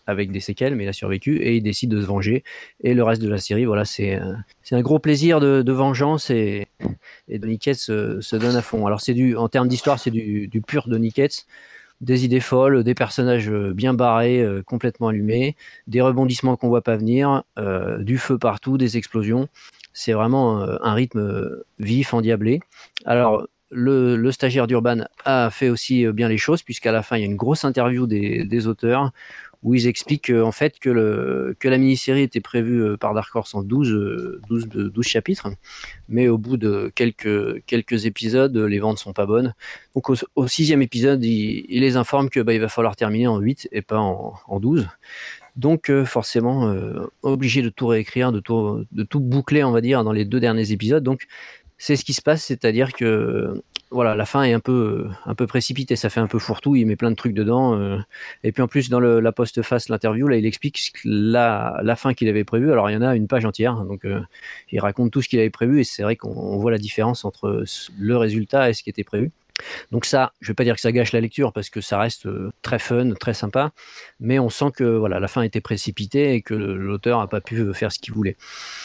avec des séquelles, mais il a survécu et il décide de se venger. Et le reste de la série, voilà, c'est un gros plaisir de vengeance et Donny Cates se donne à fond. Alors en termes d'histoire, c'est du pur Donny Cates. Des idées folles, des personnages bien barrés, complètement allumés, des rebondissements qu'on voit pas venir, du feu partout, des explosions. C'est vraiment un rythme vif, endiablé. Alors, le stagiaire d'Urban a fait aussi bien les choses, puisqu'à la fin, il y a une grosse interview des auteurs où ils expliquent en fait que la mini-série était prévue par Dark Horse en 12 chapitres, mais au bout de quelques épisodes, les ventes sont pas bonnes. Donc au 6e épisode, il les informe que il va falloir terminer en 8 et pas en 12. Donc forcément, obligé de tout réécrire, de tout boucler, on va dire, dans les 2 derniers épisodes. Donc c'est ce qui se passe, c'est-à-dire que voilà, la fin est un peu précipitée, ça fait un peu fourre-tout, il met plein de trucs dedans, et puis en plus dans la post-face, l'interview, là il explique la fin qu'il avait prévue. Alors il y en a une page entière, donc il raconte tout ce qu'il avait prévu, et c'est vrai qu'on voit la différence entre le résultat et ce qui était prévu. Donc ça, je vais pas dire que ça gâche la lecture parce que ça reste très fun, très sympa, mais on sent que voilà, la fin était précipitée et que l'auteur a pas pu faire ce qu'il voulait.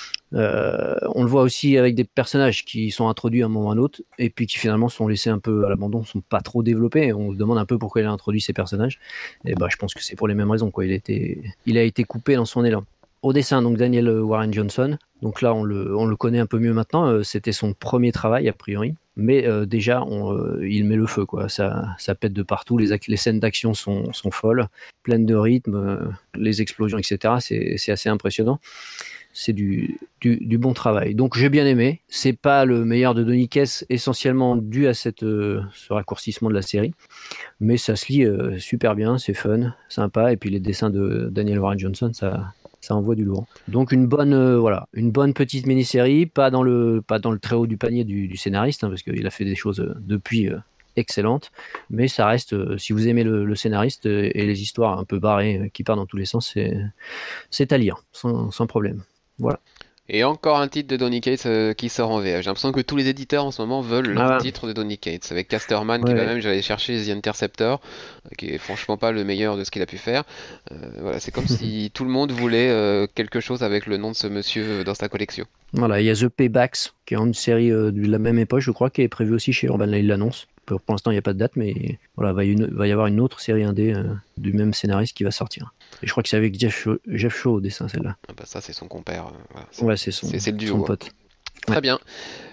On le voit aussi avec des personnages qui sont introduits à un moment ou à un autre et puis qui finalement sont laissés un peu à l'abandon, sont pas trop développés, et on se demande un peu pourquoi il a introduit ces personnages, et je pense que c'est pour les mêmes raisons, quoi. Il a été coupé dans son élan. Au dessin, donc Daniel Warren Johnson, donc là on le connaît un peu mieux maintenant, c'était son premier travail a priori, mais déjà il met le feu, quoi. Ça pète de partout, les scènes d'action sont folles, pleines de rythme, les explosions, etc. C'est assez impressionnant. C'est du bon travail. Donc j'ai bien aimé. C'est pas le meilleur de Donny Cates, essentiellement dû à ce raccourcissement de la série, mais ça se lit super bien, c'est fun, sympa, et puis les dessins de Daniel Warren Johnson, ça envoie du lourd. Donc une bonne petite mini-série, pas dans le très haut du panier du scénariste, parce qu'il a fait des choses depuis excellentes, mais ça reste, si vous aimez le scénariste et les histoires un peu barrées qui partent dans tous les sens, c'est à lire sans problème. Voilà. Et encore un titre de Donny Cates qui sort en VF. J'ai l'impression que tous les éditeurs en ce moment veulent leur titre de Donny Cates. Avec Casterman qui va même, j'allais chercher The Interceptor, qui est franchement pas le meilleur de ce qu'il a pu faire. Voilà, c'est comme si tout le monde voulait quelque chose avec le nom de ce monsieur dans sa collection. Voilà, il y a The Paybacks, qui est une série de la même époque, je crois, qui est prévue aussi chez Urban, là il l'annonce. Pour l'instant, il n'y a pas de date, mais voilà, va y avoir une autre série indé du même scénariste qui va sortir. Et je crois que c'est avec Jeff Shaw au dessin, celle-là. Ça, c'est son compère. Voilà, c'est le duo. Son pote. Très bien.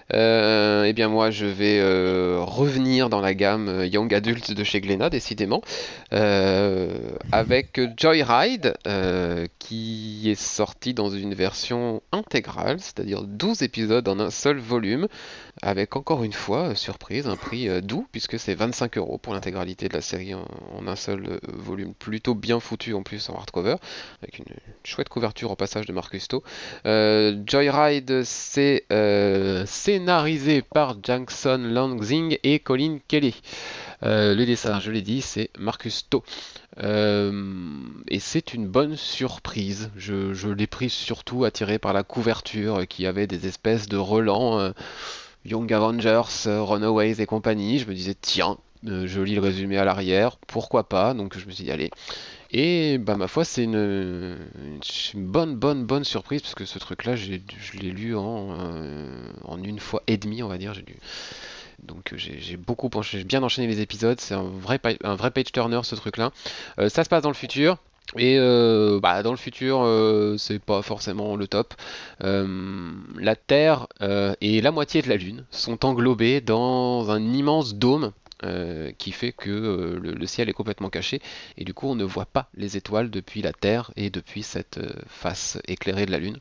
Eh bien moi je vais revenir dans la gamme Young Adult de chez Glénat, décidément, avec Joyride qui est sorti dans une version intégrale, c'est-à-dire 12 épisodes en un seul volume, avec encore une fois, surprise, un prix doux, puisque c'est 25 € pour l'intégralité de la série en un seul volume, plutôt bien foutu en plus en hardcover, avec une chouette couverture au passage de Marc Custo. Joyride, c'est scénarisé par Jackson Lansing et Colin Kelly. Le dessin, je l'ai dit, c'est Marcus To. Et c'est une bonne surprise. Je l'ai pris surtout attiré par la couverture qui avait des espèces de relents Young Avengers, Runaways et compagnie. Je me disais, tiens, je lis le résumé à l'arrière, pourquoi pas? Donc je me suis dit, allez. Et ma foi, c'est une bonne surprise, parce que ce truc-là, je l'ai lu en une fois et demie, on va dire. Donc j'ai bien enchaîné les épisodes. C'est un vrai page turner, ce truc-là. Ça se passe dans le futur. Et dans le futur, c'est pas forcément le top. La Terre et la moitié de la Lune sont englobées dans un immense dôme qui fait que le ciel est complètement caché, et du coup on ne voit pas les étoiles depuis la Terre et depuis cette face éclairée de la Lune.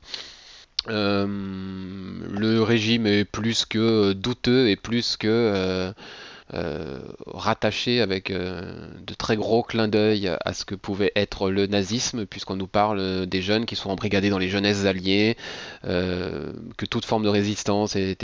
Le régime est plus que douteux et plus que rattaché avec de très gros clins d'œil à ce que pouvait être le nazisme, puisqu'on nous parle des jeunes qui sont embrigadés dans les jeunesses alliées, que toute forme de résistance est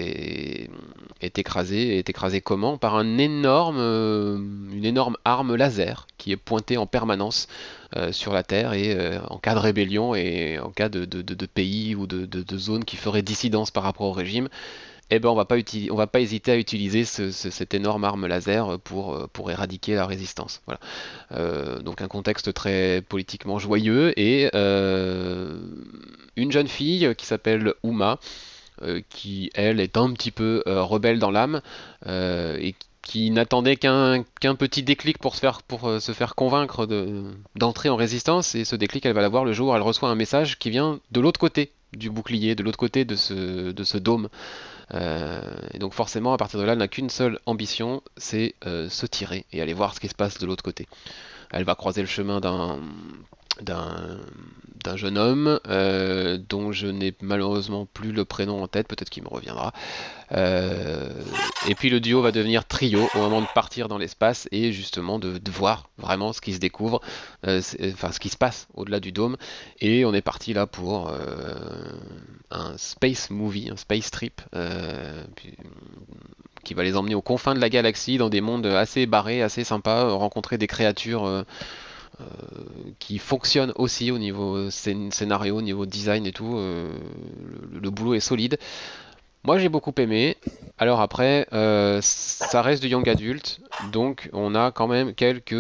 écrasée comment? Par une énorme arme laser qui est pointée en permanence sur la Terre, et en cas de rébellion et en cas de pays ou de zone qui ferait dissidence par rapport au régime, eh ben on va pas hésiter à utiliser cette énorme arme laser pour éradiquer la résistance. Voilà. Donc un contexte très politiquement joyeux et une jeune fille qui s'appelle Uma, qui elle est un petit peu rebelle dans l'âme et qui n'attendait qu'un petit déclic pour se faire convaincre d'entrer en résistance, et ce déclic elle va l'avoir le jour où elle reçoit un message qui vient de l'autre côté du bouclier, de l'autre côté de ce dôme. Et donc forcément à partir de là elle n'a qu'une seule ambition, c'est se tirer et aller voir ce qui se passe de l'autre côté. Elle va croiser le chemin d'un d'un jeune homme dont je n'ai malheureusement plus le prénom en tête, peut-être qu'il me reviendra. Euh, et puis le duo va devenir trio au moment de partir dans l'espace et justement de voir vraiment ce qui se découvre, enfin ce qui se passe au-delà du dôme. Et on est parti là pour un space movie, un space trip, qui va les emmener aux confins de la galaxie, dans des mondes assez barrés, assez sympas, rencontrer des créatures qui fonctionnent aussi au niveau scénario, au niveau design et tout. Le boulot est solide. Moi j'ai beaucoup aimé. Alors après, ça reste du young adult, donc on a quand même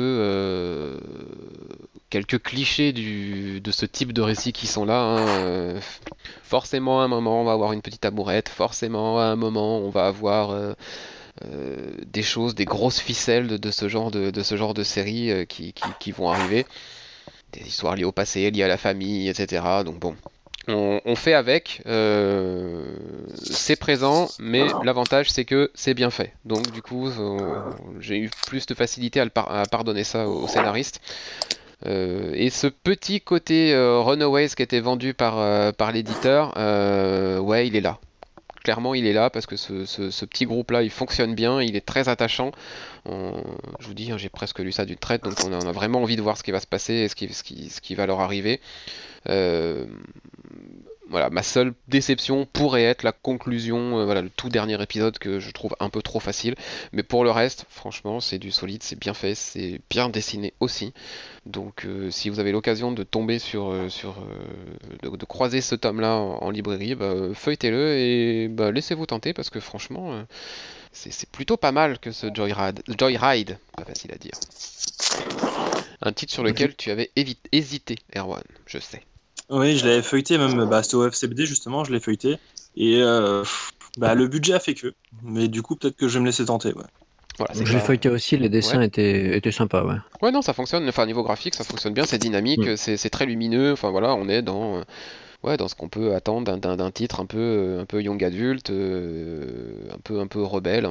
quelques clichés de ce type de récit qui sont là, hein. Forcément à un moment on va avoir une petite amourette, forcément à un moment on va avoir des choses, des grosses ficelles de ce genre de série qui vont arriver. Des histoires liées au passé, liées à la famille, etc. Donc bon, on fait avec, c'est présent, mais l'avantage c'est que c'est bien fait. Donc du coup, j'ai eu plus de facilité à pardonner ça aux scénaristes. Et ce petit côté Runaways qui était vendu par l'éditeur, ouais, il est là. Clairement, il est là parce que ce petit groupe-là, il fonctionne bien, il est très attachant. Je vous dis, hein, j'ai presque lu ça d'une traite, donc on a vraiment envie de voir ce qui va se passer et ce qui va leur arriver. Euh, voilà, ma seule déception pourrait être la conclusion, voilà, le tout dernier épisode que je trouve un peu trop facile. Mais pour le reste, franchement, c'est du solide, c'est bien fait, c'est bien dessiné aussi. Donc, si vous avez l'occasion de tomber de croiser ce tome-là en librairie, bah, feuilletez-le et bah, laissez-vous tenter parce que franchement, c'est plutôt pas mal que ce Joyride, pas facile à dire. Un titre sur lequel tu avais hésité, Erwan, je sais. Oui, je l'avais feuilleté, même c'était au FCBD justement, je l'ai feuilleté. Et le budget a fait que. Mais du coup, peut-être que je vais me laisser tenter. Ouais. Voilà, c'est Je l'ai pas... feuilleté aussi, les dessins Ouais. étaient sympas, ouais. Ouais, non, ça fonctionne. Enfin, niveau graphique, ça fonctionne bien, c'est dynamique, c'est très lumineux. Enfin, voilà, on est dans ce qu'on peut attendre d'un titre un peu young adulte, un peu rebelle,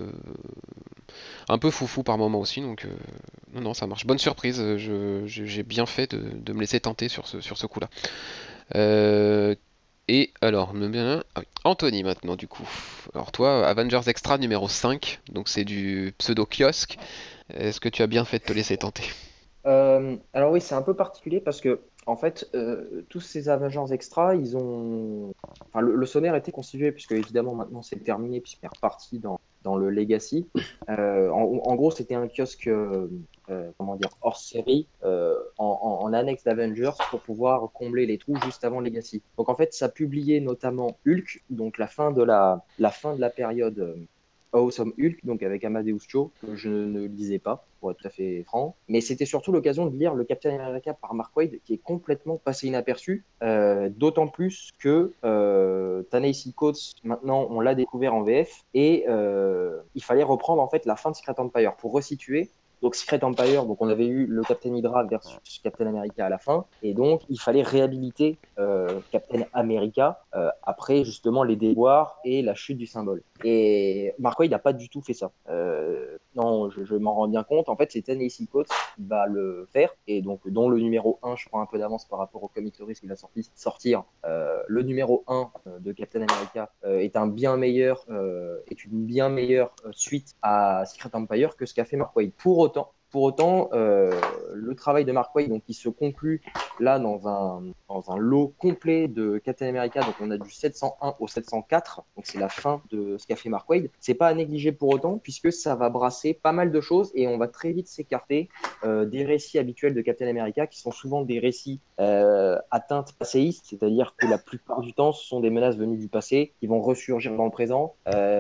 un peu foufou par moment aussi. Donc, non, non, ça marche. Bonne surprise. J'ai bien fait de me laisser tenter sur ce coup-là. Euh, et alors, ah oui, Anthony maintenant, du coup. Alors, toi, Avengers Extra numéro 5, donc c'est du pseudo-kiosque. Est-ce que tu as bien fait de te laisser tenter? Alors oui, c'est un peu particulier parce que en fait, tous ces Avengers Extra, enfin, le sommaire était constitué puisque évidemment maintenant c'est terminé puisqu'il est reparti dans le Legacy. En gros, c'était un kiosque, comment dire, hors série, en annexe d'Avengers pour pouvoir combler les trous juste avant Legacy. Donc en fait, ça publiait notamment Hulk, donc la fin de la période. Awesome Hulk, donc avec Amadeus Cho, que je ne lisais pas, pour être tout à fait franc. Mais c'était surtout l'occasion de lire le Captain America par Mark Waid, qui est complètement passé inaperçu, d'autant plus que Ta-Nehisi Coates, maintenant, on l'a découvert en VF, et il fallait reprendre en fait la fin de Secret Empire pour resituer. Donc Secret Empire, donc on avait eu le Captain Hydra versus Captain America à la fin, et donc il fallait réhabiliter Captain America après justement les déboires et la chute du symbole. Et Mark Waid n'a pas du tout fait ça. Non, je m'en rends bien compte. En fait, c'est Ta-Nehisi Coates qui va le faire, et donc dont le numéro 1, je prends un peu d'avance par rapport au Comic Stories qui va sortir. Le numéro 1 de Captain America est une bien meilleure suite à Secret Empire que ce qu'a fait Mark Waid. Pour autant, Pour autant, le travail de Mark Waid, donc, il se conclut là dans un lot complet de Captain America. Donc, on a du 701 au 704. Donc, c'est la fin de ce qu'a fait Mark Waid. C'est pas à négliger pour autant, puisque ça va brasser pas mal de choses et on va très vite s'écarter des récits habituels de Captain America, qui sont souvent des récits à teinte passéiste, c'est-à-dire que la plupart du temps, ce sont des menaces venues du passé qui vont ressurgir dans le présent.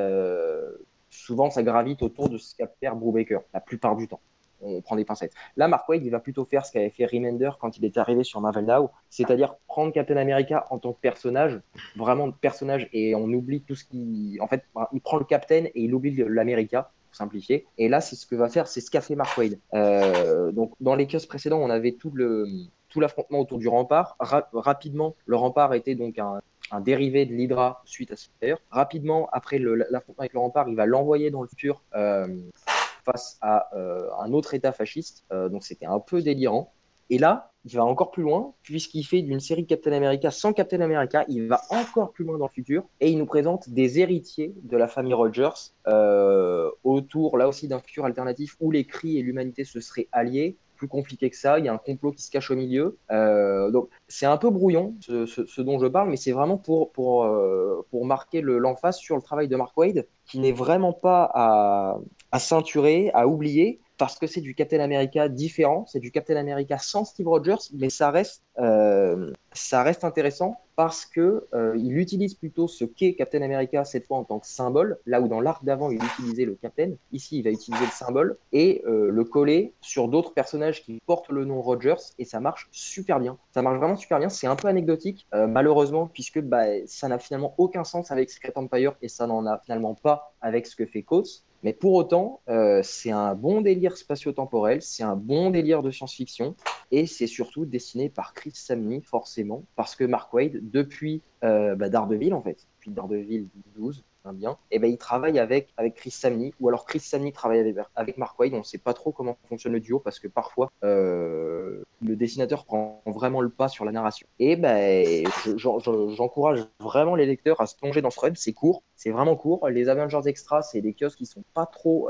Souvent, ça gravite autour de ce qu'a fait Brubaker, la plupart du temps. On prend des pincettes. Là, Mark Waid, il va plutôt faire ce qu'avait fait Remender quand il est arrivé sur Marvel Now, c'est-à-dire prendre Captain America en tant que personnage, vraiment personnage, et on oublie tout ce qui... En fait, il prend le Captain et il oublie l'America, pour simplifier. Et là, c'est ce que va faire, c'est ce qu'a fait Mark Waid. Donc, dans les kiosques précédents, on avait tout l'affrontement autour du rempart. Rapidement, le rempart était donc un dérivé de l'Hydra suite à ce d'ailleurs. Rapidement, après l'affrontement avec le rempart, il va l'envoyer dans le futur face à un autre État fasciste. Donc c'était un peu délirant. Et là, il va encore plus loin, puisqu'il fait d'une série Captain America sans Captain America, il va encore plus loin dans le futur, et il nous présente des héritiers de la famille Rogers, autour, là aussi, d'un futur alternatif où les Kree et l'humanité se seraient alliés. Plus compliqué que ça, il y a un complot qui se cache au milieu. Donc c'est un peu brouillon, ce dont je parle, mais c'est vraiment pour marquer l'emphase sur le travail de Mark Waid, qui n'est vraiment pas à ceinturer, à oublier, parce que c'est du Captain America différent, c'est du Captain America sans Steve Rogers, mais ça reste intéressant parce que il utilise plutôt ce qu'est Captain America cette fois en tant que symbole, là où dans l'arc d'avant il utilisait le Captain, ici il va utiliser le symbole et le coller sur d'autres personnages qui portent le nom Rogers, et ça marche super bien. Ça marche vraiment super bien. C'est un peu anecdotique malheureusement, puisque ça n'a finalement aucun sens avec Secret Empire et ça n'en a finalement pas avec ce que fait Coates. Mais pour autant, c'est un bon délire spatio-temporel, c'est un bon délire de science-fiction, et c'est surtout dessiné par Chris Samnee, forcément, parce que Mark Waid, depuis Daredevil, en fait, depuis Daredevil 12, bien, et il travaille avec Chris Samnee, ou alors Chris Samnee travaille avec Mark Waid. On ne sait pas trop comment fonctionne le duo, parce que parfois, le dessinateur prend vraiment le pas sur la narration. Et j'encourage vraiment les lecteurs à se plonger dans ce run. C'est court, c'est vraiment court. Les Avengers Extra, c'est des kiosques qui sont pas trop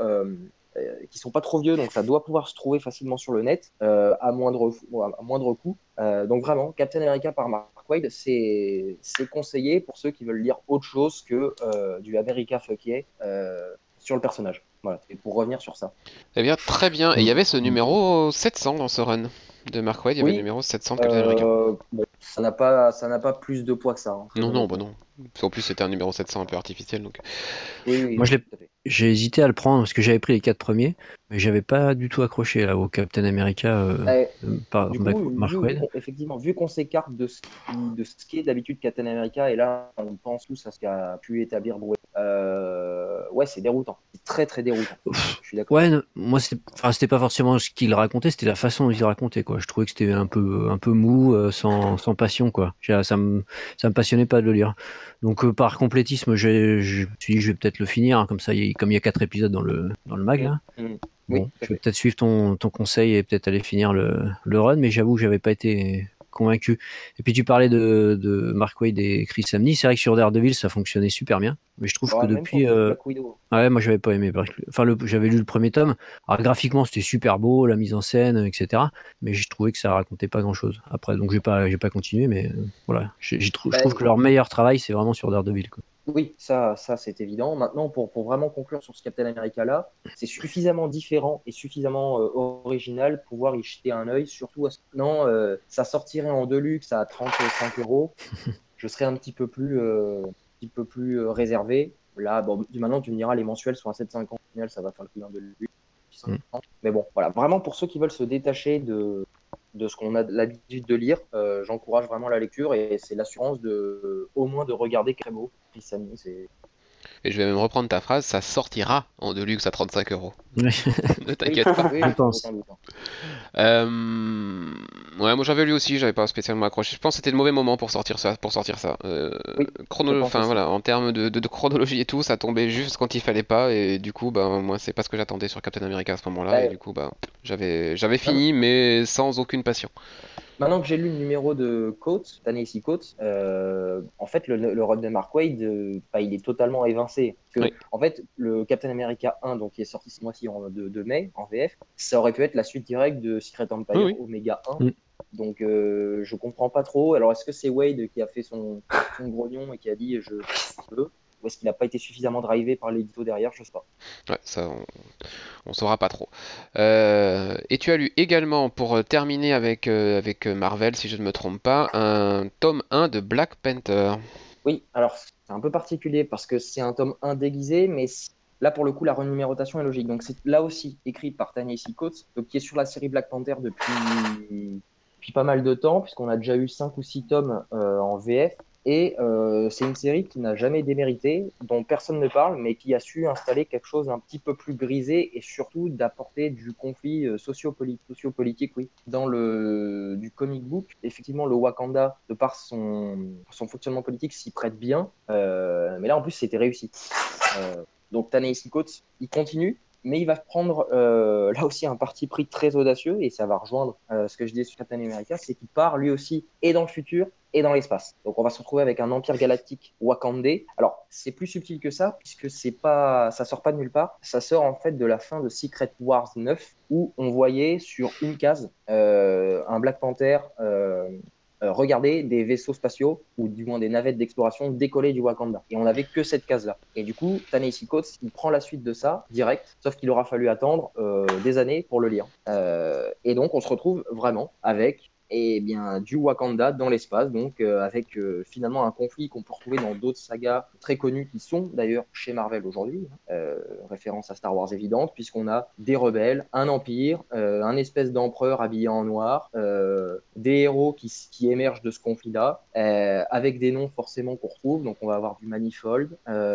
vieux, donc ça doit pouvoir se trouver facilement sur le net à moindre coût. Donc vraiment, Captain America par Mark Waid, c'est conseillé pour ceux qui veulent lire autre chose que du America Fuck Yeah sur le personnage. Voilà, et pour revenir sur ça. Eh bien, très bien. Et il y avait ce numéro 700 dans ce run de Mark Waid, il y avait le numéro 700 de Captain America. Bon, ça n'a pas plus de poids que ça. Hein, non, non. En plus, c'était un numéro 700 un peu artificiel. Donc... Oui, moi, j'ai hésité à le prendre parce que j'avais pris les 4 premiers, mais j'avais pas du tout accroché là au Captain America par Mark Waid. Effectivement, vu qu'on s'écarte de ce qu'est d'habitude Captain America, et là on pense tous à ce qu'a pu établir Brubaker. Ouais, c'est déroutant, c'est très très déroutant. Je suis d'accord. Ouais, moi c'était pas forcément ce qu'il racontait, c'était la façon dont il racontait quoi. Je trouvais que c'était un peu mou, sans passion quoi. Ça me passionnait pas de le lire. Donc par complétisme, je me suis dit je vais peut-être le finir, hein, comme ça comme il y a 4 épisodes dans le mag là. Bon, je vais peut-être suivre ton conseil et peut-être aller finir le run, mais j'avoue que j'avais pas été convaincu. Et puis tu parlais de Mark Waid et Chris Samnee. C'est vrai que sur Daredevil ça fonctionnait super bien, mais je trouve que depuis moi j'avais pas aimé. Enfin j'avais lu le premier tome. Alors graphiquement c'était super beau, la mise en scène, etc. Mais j'ai trouvé que ça racontait pas grand chose. Après donc j'ai pas continué, mais voilà. Je trouve que leur meilleur travail c'est vraiment sur Daredevil quoi. Oui, ça c'est évident. Maintenant, pour vraiment conclure sur ce Captain America-là, c'est suffisamment différent et suffisamment original pour pouvoir y jeter un œil, surtout à ce que maintenant, ça sortirait en deluxe à 35 €. Je serais un petit peu plus réservé. Là, bon, maintenant, tu me diras, les mensuels sont à 7,50 €. Au final, ça va faire le prix d'un deluxe. Mais bon, voilà. Vraiment, pour ceux qui veulent se détacher de ce qu'on a l'habitude de lire, j'encourage vraiment la lecture, et c'est l'assurance au moins de regarder très beau. Et je vais même reprendre ta phrase, ça sortira en deluxe à 35 €. Oui. Ne t'inquiète pas. Je pense. Ouais, moi j'avais lu aussi, j'avais pas spécialement accroché. Je pense que c'était le mauvais moment pour sortir ça. Voilà, en termes de chronologie et tout, ça tombait juste quand il fallait pas, et du coup, moi c'est pas ce que j'attendais sur Captain America à ce moment-là, et du coup, j'avais fini, mais sans aucune passion. Maintenant que j'ai lu le numéro de Coates, Ta-Nehisi Coates, en fait, le run de Mark Waid, il est totalement évincé. Parce que, Oui. en fait, le Captain America 1, donc, qui est sorti ce mois-ci de mai, en VF, ça aurait pu être la suite directe de Secret Empire Oui. Omega 1. Mm. Donc, je comprends pas trop. Alors, est-ce que c'est Wade qui a fait son grognon et qui a dit je veux, ou est-ce qu'il n'a pas été suffisamment drivé par l'édito derrière? Je sais pas. Ouais, ça, on saura pas trop. Et tu as lu également, pour terminer avec Marvel, si je ne me trompe pas, un tome 1 de Black Panther. Oui, alors c'est un peu particulier parce que c'est un tome 1 déguisé, mais là pour le coup la renumérotation est logique. Donc c'est là aussi écrit par Ta-Nehisi Coates, donc qui est sur la série Black Panther depuis pas mal de temps, puisqu'on a déjà eu 5 ou 6 tomes en VF. Et c'est une série qui n'a jamais démérité, dont personne ne parle, mais qui a su installer quelque chose un petit peu plus grisé et surtout d'apporter du conflit sociopolitique, oui. Dans du comic book, effectivement, le Wakanda, de par son fonctionnement politique, s'y prête bien, mais là en plus c'était réussi. Donc Ta-Nehisi Coates, il continue, mais il va prendre là aussi un parti pris très audacieux, et ça va rejoindre ce que je disais sur Captain America, c'est qu'il part lui aussi et dans le futur et dans l'espace. Donc on va se retrouver avec un empire galactique wakandais. Alors c'est plus subtil que ça, puisque ça sort pas de nulle part, ça sort en fait de la fin de Secret Wars 9, où on voyait sur une case un Black Panther regarder des vaisseaux spatiaux, ou du moins des navettes d'exploration décoller du Wakanda. Et on n'avait que cette case-là. Et du coup, Ta-Nehisi Coates, il prend la suite de ça, direct, sauf qu'il aura fallu attendre des années pour le lire. Et donc, on se retrouve vraiment avec du Wakanda dans l'espace, donc avec finalement un conflit qu'on peut retrouver dans d'autres sagas très connues qui sont d'ailleurs chez Marvel aujourd'hui, référence à Star Wars évidente, puisqu'on a des rebelles, un empire, un espèce d'empereur habillé en noir, des héros qui émergent de ce conflit-là, avec des noms forcément qu'on retrouve. Donc on va avoir du Manifold,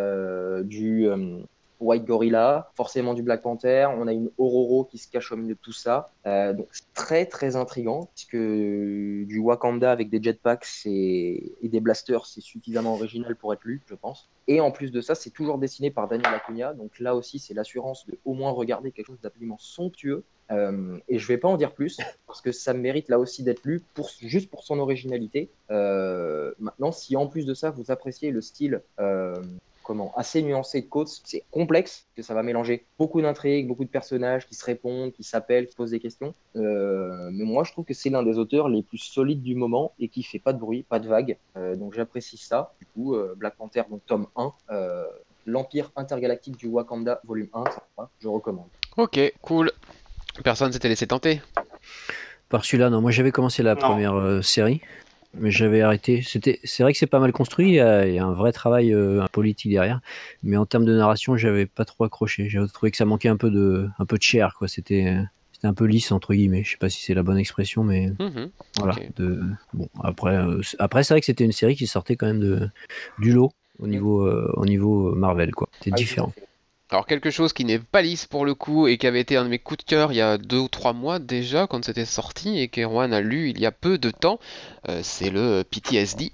du White Gorilla, forcément du Black Panther, on a une Ororo qui se cache au milieu de tout ça. Donc c'est très très intriguant, puisque du Wakanda avec des jetpacks et des blasters, c'est suffisamment original pour être lu, je pense. Et en plus de ça, c'est toujours dessiné par Daniel Acuna, donc là aussi c'est l'assurance de au moins regarder quelque chose d'absolument somptueux. Et je vais pas en dire plus, parce que ça mérite là aussi d'être lu juste pour son originalité. Maintenant, si en plus de ça, vous appréciez le style assez nuancé de Coates, c'est complexe, que ça va mélanger beaucoup d'intrigues, beaucoup de personnages qui se répondent, qui s'appellent, qui posent des questions. Mais moi, je trouve que c'est l'un des auteurs les plus solides du moment et qui fait pas de bruit, pas de vagues. Donc j'apprécie ça. Du coup, Black Panther, donc tome 1, l'Empire intergalactique du Wakanda, volume 1, je recommande. Ok, cool. Personne s'était laissé tenter. Par celui-là, non. Moi, j'avais commencé la première série, mais j'avais arrêté. C'est vrai que c'est pas mal construit. Il y a un vrai travail politique derrière, mais en termes de narration, j'avais pas trop accroché. J'avais trouvé que ça manquait un peu de chair, quoi. C'était un peu lisse entre guillemets. Je sais pas si c'est la bonne expression, mais voilà. Ok. Bon, après, c'est vrai que c'était une série qui sortait quand même du lot au niveau Marvel, quoi. C'était différent. Alors quelque chose qui n'est pas lisse pour le coup et qui avait été un de mes coups de cœur il y a 2 ou 3 mois déjà quand c'était sorti et qu'Erwan a lu il y a peu de temps, c'est le PTSD.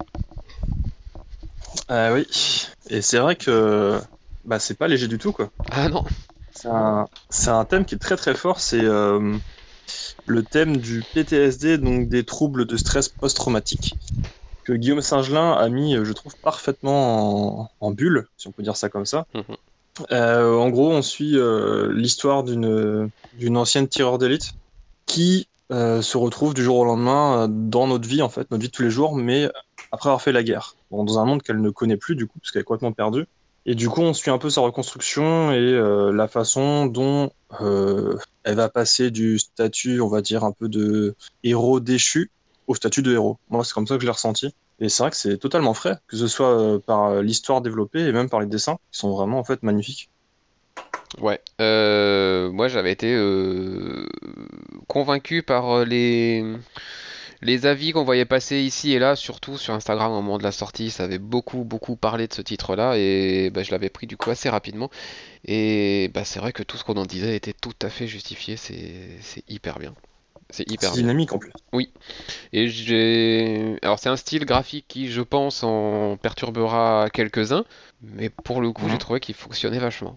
Oui, et c'est vrai que c'est pas léger du tout, quoi. Ah non. C'est un thème qui est très très fort, c'est le thème du PTSD, donc des troubles de stress post-traumatique, que Guillaume Singelin a mis, je trouve, parfaitement en bulle, si on peut dire ça comme ça. En gros, on suit l'histoire d'une ancienne tireur d'élite qui se retrouve du jour au lendemain dans notre vie, en fait, notre vie de tous les jours, mais après avoir fait la guerre. Bon, dans un monde qu'elle ne connaît plus, du coup, parce qu'elle est complètement perdue. Et du coup, on suit un peu sa reconstruction et la façon dont elle va passer du statut, on va dire, un peu de héros déchu au statut de héros. Moi, c'est comme ça que je l'ai ressenti. Et c'est vrai que c'est totalement frais, que ce soit par l'histoire développée et même par les dessins, qui sont vraiment en fait magnifiques. Ouais. Moi j'avais été convaincu par les avis qu'on voyait passer ici et là, surtout sur Instagram au moment de la sortie. Ça avait beaucoup parlé de ce titre-là et je l'avais pris du coup assez rapidement. Et c'est vrai que tout ce qu'on en disait était tout à fait justifié. C'est hyper bien. C'est hyper bien. Dynamique en plus. Oui. Alors c'est un style graphique qui, je pense, en perturbera quelques-uns, mais pour le coup, j'ai trouvé qu'il fonctionnait vachement.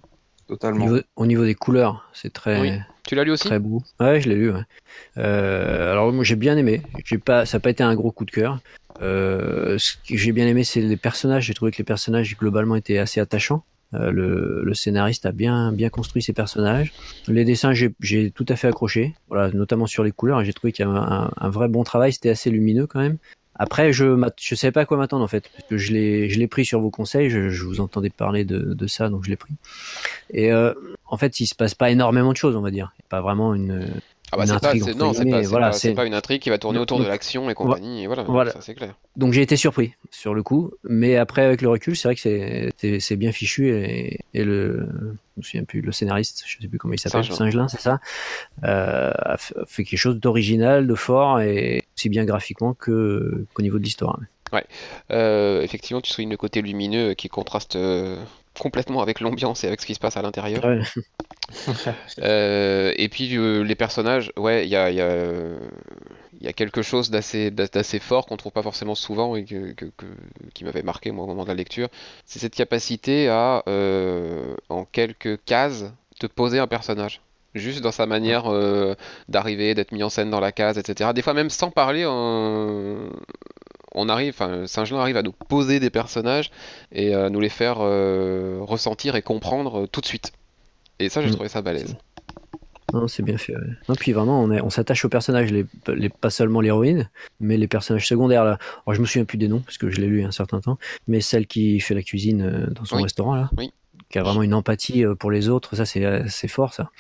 Totalement. Au niveau des couleurs, c'est très, Oui. Tu l'as lu aussi? très beau. Ouais, je l'ai lu. Ouais. Alors moi j'ai bien aimé. Ça n'a pas été un gros coup de cœur. Ce que j'ai bien aimé, c'est les personnages. J'ai trouvé que les personnages globalement étaient assez attachants. Le scénariste a bien construit ses personnages. Les dessins, j'ai tout à fait accroché. Voilà, notamment sur les couleurs. J'ai trouvé qu'il y avait un vrai bon travail. C'était assez lumineux quand même. Après, je savais pas à quoi m'attendre en fait, parce que je l'ai pris sur vos conseils. Je vous entendais parler de ça, donc je l'ai pris. Et en fait, il se passe pas énormément de choses, on va dire. Il y a pas vraiment une Ah bah intrigue entre guillemets. Voilà, c'est pas une intrigue qui va tourner autour de l'action et compagnie, et voilà, voilà. ça c'est clair. Donc j'ai été surpris sur le coup, mais après avec le recul, c'est vrai que c'est bien fichu et je me souviens plus, le scénariste, je sais plus comment il s'appelle, Singelin, c'est ça, a fait quelque chose d'original, de fort et aussi bien graphiquement qu'au niveau de l'histoire. Ouais, effectivement, tu soulignes le côté lumineux qui contraste complètement avec l'ambiance et avec ce qui se passe à l'intérieur. Ouais. Et puis les personnages, ouais, il y a quelque chose d'assez fort qu'on trouve pas forcément souvent et qui m'avait marqué moi au moment de la lecture. C'est cette capacité à, en quelques cases, te poser un personnage. Juste dans sa manière d'arriver, d'être mis en scène dans la case, etc. Des fois même sans parler, Saint-Gelin arrive à nous poser des personnages et à nous les faire ressentir et comprendre tout de suite. Et ça, j'ai trouvé ça balèze. Non, c'est bien fait. Ouais. Non, puis vraiment, on s'attache aux personnages, pas seulement l'héroïne, mais les personnages secondaires là. Alors, je me souviens plus des noms parce que je l'ai lu il y a un certain temps, mais celle qui fait la cuisine dans son restaurant là, qui a vraiment une empathie pour les autres, ça c'est fort ça.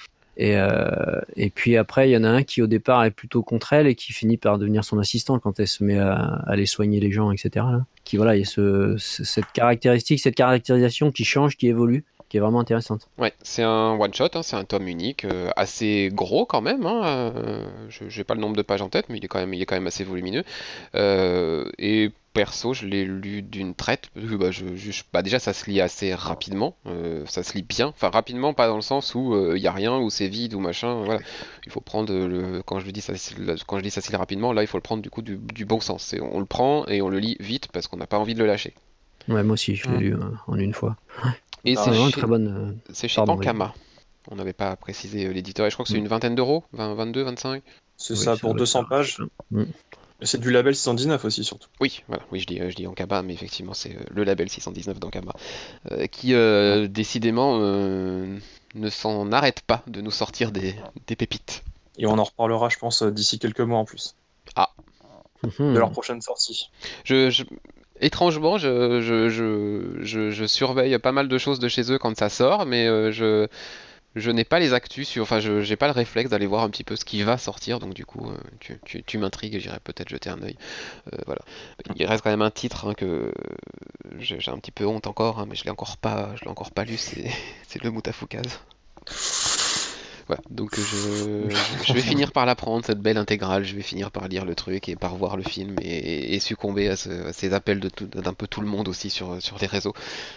Et puis après, il y en a un qui au départ est plutôt contre elle et qui finit par devenir son assistant quand elle se met à aller soigner les gens, etc. Là. Qui voilà, il y a cette caractérisation qui change, qui évolue, qui est vraiment intéressante. Ouais, c'est un one-shot, hein, c'est un tome unique, assez gros quand même. Hein, j'ai pas le nombre de pages en tête, mais il est quand même assez volumineux. Et perso, je l'ai lu d'une traite, parce que déjà ça se lit assez rapidement, ça se lit bien. Enfin rapidement, pas dans le sens où il y a rien, où c'est vide ou machin. Voilà, il faut prendre quand je dis ça se lit rapidement, là il faut le prendre du coup du bon sens. On le prend et on le lit vite parce qu'on n'a pas envie de le lâcher. Ouais, moi aussi, je l'ai lu en une fois. Et c'est vraiment très bonne. C'est chez Ankama. On n'avait pas précisé l'éditeur, et je crois que c'est une vingtaine d'euros, 22, 25. C'est ça, pour 200 pages. C'est du label 619 aussi, surtout. Oui, voilà, oui, je dis Ankama, mais effectivement, c'est le label 619 d'Ankama, qui décidément ne s'en arrête pas de nous sortir des pépites. Et on en reparlera, je pense, d'ici quelques mois en plus. Ah. De leur prochaine sortie. Étrangement, je surveille pas mal de choses de chez eux quand ça sort, mais je n'ai pas les actus j'ai pas le réflexe d'aller voir un petit peu ce qui va sortir, donc du coup, tu m'intrigues et j'irai peut-être jeter un œil. Voilà. Il reste quand même un titre que j'ai un petit peu honte encore, hein, mais je l'ai encore pas lu, c'est le Mutafukaz. Voilà, donc je vais finir par la prendre, cette belle intégrale, je vais finir par lire le truc et par voir le film et succomber à ces appels d'un peu tout le monde aussi sur les réseaux.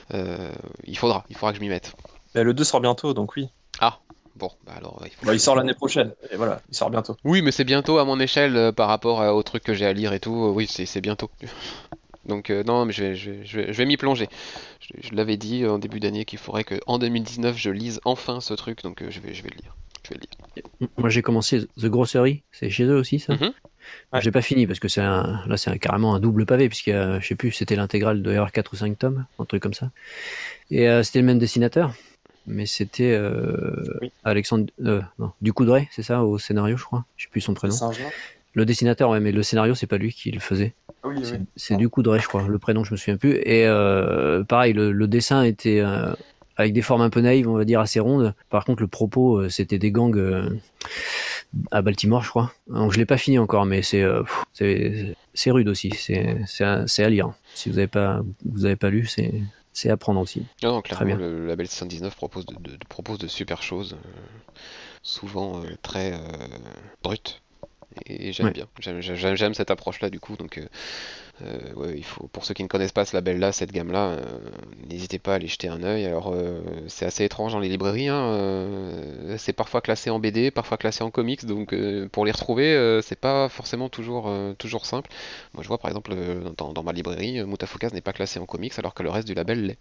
Il faudra que je m'y mette. Le 2 sort bientôt, donc oui. Ah, bon, bah alors... il sort l'année prochaine, et voilà, il sort bientôt. Oui, mais c'est bientôt à mon échelle par rapport au truc que j'ai à lire et tout, oui, c'est bientôt. Donc non, mais je vais m'y plonger. Je l'avais dit en début d'année qu'il faudrait qu'en 2019 je lise enfin ce truc, donc je vais le lire. Moi j'ai commencé The Grocery, c'est chez eux aussi ça. Ouais. J'ai pas fini parce que c'est carrément un double pavé puisqu'il y a, je sais plus, c'était l'intégrale de R4 ou 5 tomes, un truc comme ça. Et c'était le même dessinateur, mais c'était Alexandre Ducoudray, c'est ça, au scénario je crois. Je sais plus son prénom. Le dessinateur, ouais, mais le scénario c'est pas lui qui le faisait. C'est Ducoudray je crois, le prénom je me souviens plus. Et pareil, le dessin était avec des formes un peu naïves, on va dire assez rondes. Par contre, le propos, c'était des gangs à Baltimore, je crois. Donc, je l'ai pas fini encore, mais c'est rude aussi. C'est à lire. Si vous avez pas lu, c'est à prendre aussi. Non, clairement, le label 619 propose de super choses, souvent très brutes. Et j'aime bien. J'aime cette approche-là du coup. Donc, il faut, pour ceux qui ne connaissent pas ce label-là, cette gamme-là, n'hésitez pas à aller jeter un œil. Alors, c'est assez étrange dans les librairies. C'est parfois classé en BD, parfois classé en comics. Donc, pour les retrouver, c'est pas forcément toujours simple. Moi, je vois par exemple dans ma librairie, Mutafukaz n'est pas classé en comics alors que le reste du label l'est.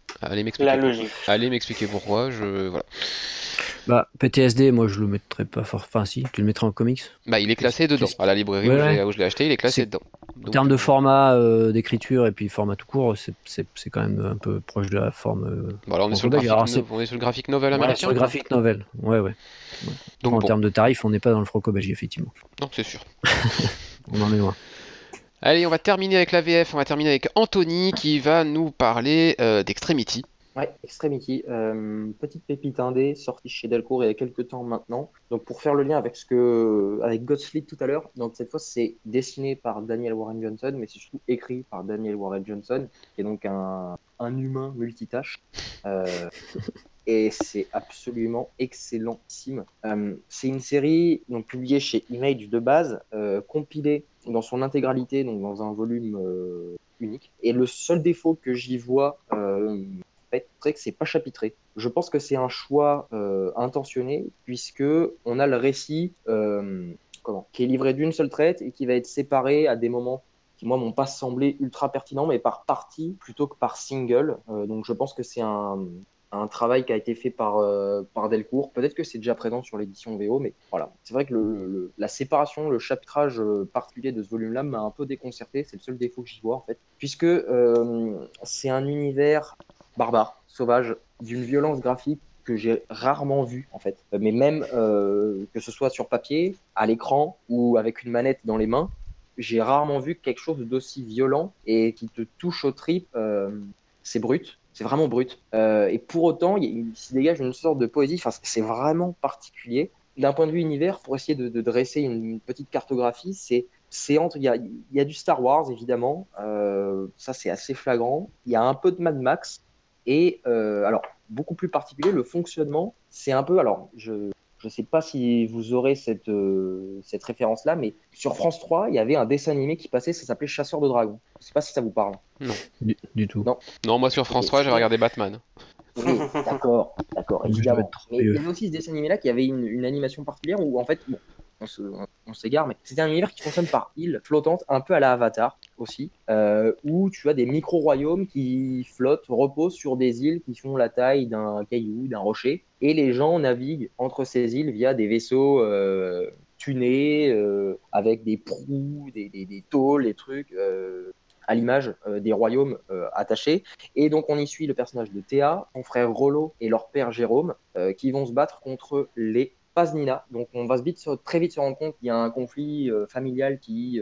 Allez La logique. Allez m'expliquer pourquoi. Voilà. Bah, PTSD, moi je le mettrais pas fort. Enfin, si, tu le mettrais en comics. Bah, il est classé dedans. À la librairie Ouais. où je l'ai acheté, il est classé C'est- dedans. En Donc, termes de format d'écriture et puis format tout court, c'est quand même un peu proche de la forme. voilà, on est sur le Franco-belge. Alors, graphic novel ouais, américain. sur le graphic novel. Ouais. Donc Après, en termes de tarifs, on n'est pas dans le franco-belge, effectivement. Non, c'est sûr. On en est loin. Allez, on va terminer avec la VF. On va terminer avec Anthony qui va nous parler d'Extremity. Ouais, Extremity, petite pépite indé sortie chez Delcourt il y a quelques temps maintenant. Donc pour faire le lien avec avec God's Fleet tout à l'heure, donc cette fois c'est dessiné par Daniel Warren Johnson, mais c'est surtout écrit par Daniel Warren Johnson, qui est donc un humain multitâche. Et c'est absolument excellentissime. C'est une série donc publiée chez Image de base, compilée dans son intégralité, donc dans un volume unique. Et le seul défaut que j'y vois, c'est que c'est pas chapitré. Je pense que c'est un choix intentionné, puisque on a le récit qui est livré d'une seule traite et qui va être séparé à des moments qui, moi, m'ont pas semblé ultra pertinents, mais par partie plutôt que par single. Donc je pense que c'est un travail qui a été fait par Delcourt. Peut-être que c'est déjà présent sur l'édition VO, mais voilà. C'est vrai que la séparation, le chapitrage particulier de ce volume-là m'a un peu déconcerté. C'est le seul défaut que j'y vois, en fait. Puisque c'est un univers barbare, sauvage, d'une violence graphique que j'ai rarement vue, en fait. Mais même que ce soit sur papier, à l'écran ou avec une manette dans les mains, j'ai rarement vu quelque chose d'aussi violent et qui te touche aux tripes. C'est brut. C'est vraiment brut. Et pour autant, il s'y dégage une sorte de poésie. Enfin, c'est vraiment particulier. D'un point de vue univers, pour essayer de dresser une petite cartographie, il y a du Star Wars, évidemment. Ça, c'est assez flagrant. Il y a un peu de Mad Max. Et alors, beaucoup plus particulier, le fonctionnement, c'est un peu. Alors, je ne sais pas si vous aurez cette référence-là, mais sur France 3, il y avait un dessin animé qui passait, ça s'appelait Chasseur de dragons. Je ne sais pas si ça vous parle. Non. Du tout. Non. Non, moi sur France 3, j'avais regardé Batman. Oui, d'accord, évidemment. Mais il y vieux. avait aussi ce dessin animé-là qui avait une animation particulière où, en fait, bon, on s'égare, mais c'était un univers qui fonctionne par îles flottantes, un peu à la Avatar aussi, où tu as des micro-royaumes qui flottent, reposent sur des îles qui font la taille d'un caillou, d'un rocher, et les gens naviguent entre ces îles via des vaisseaux tunés, avec des proues, des tôles, des trucs. À l'image des royaumes attachés. Et donc, on y suit le personnage de Théa, son frère Rollo et leur père Jérôme, qui vont se battre contre les Paznina. Donc, on va très vite se rendre compte qu'il y a un conflit familial qui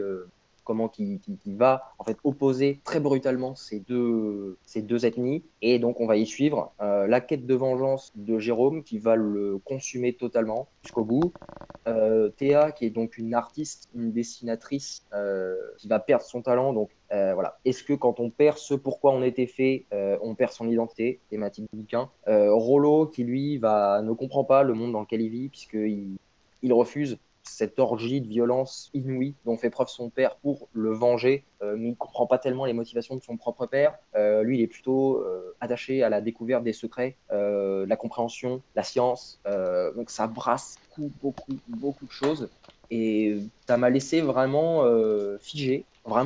va en fait opposer très brutalement ces deux ethnies. Et donc, on va y suivre la quête de vengeance de Jérôme qui va le consumer totalement jusqu'au bout. Théa, qui est donc une artiste, une dessinatrice qui va perdre son talent. Donc voilà. Est-ce que quand on perd ce pourquoi on était fait, on perd son identité, thématique du bouquin. Rollo, qui lui ne comprend pas le monde dans lequel il vit, puisqu'il refuse cette orgie de violence inouïe dont fait preuve son père pour le venger, mais il ne comprend pas tellement les motivations de son propre père. Lui, il est plutôt attaché à la découverte des secrets, la compréhension, la science. Donc ça brasse beaucoup de choses. Et ça m'a laissé vraiment figé.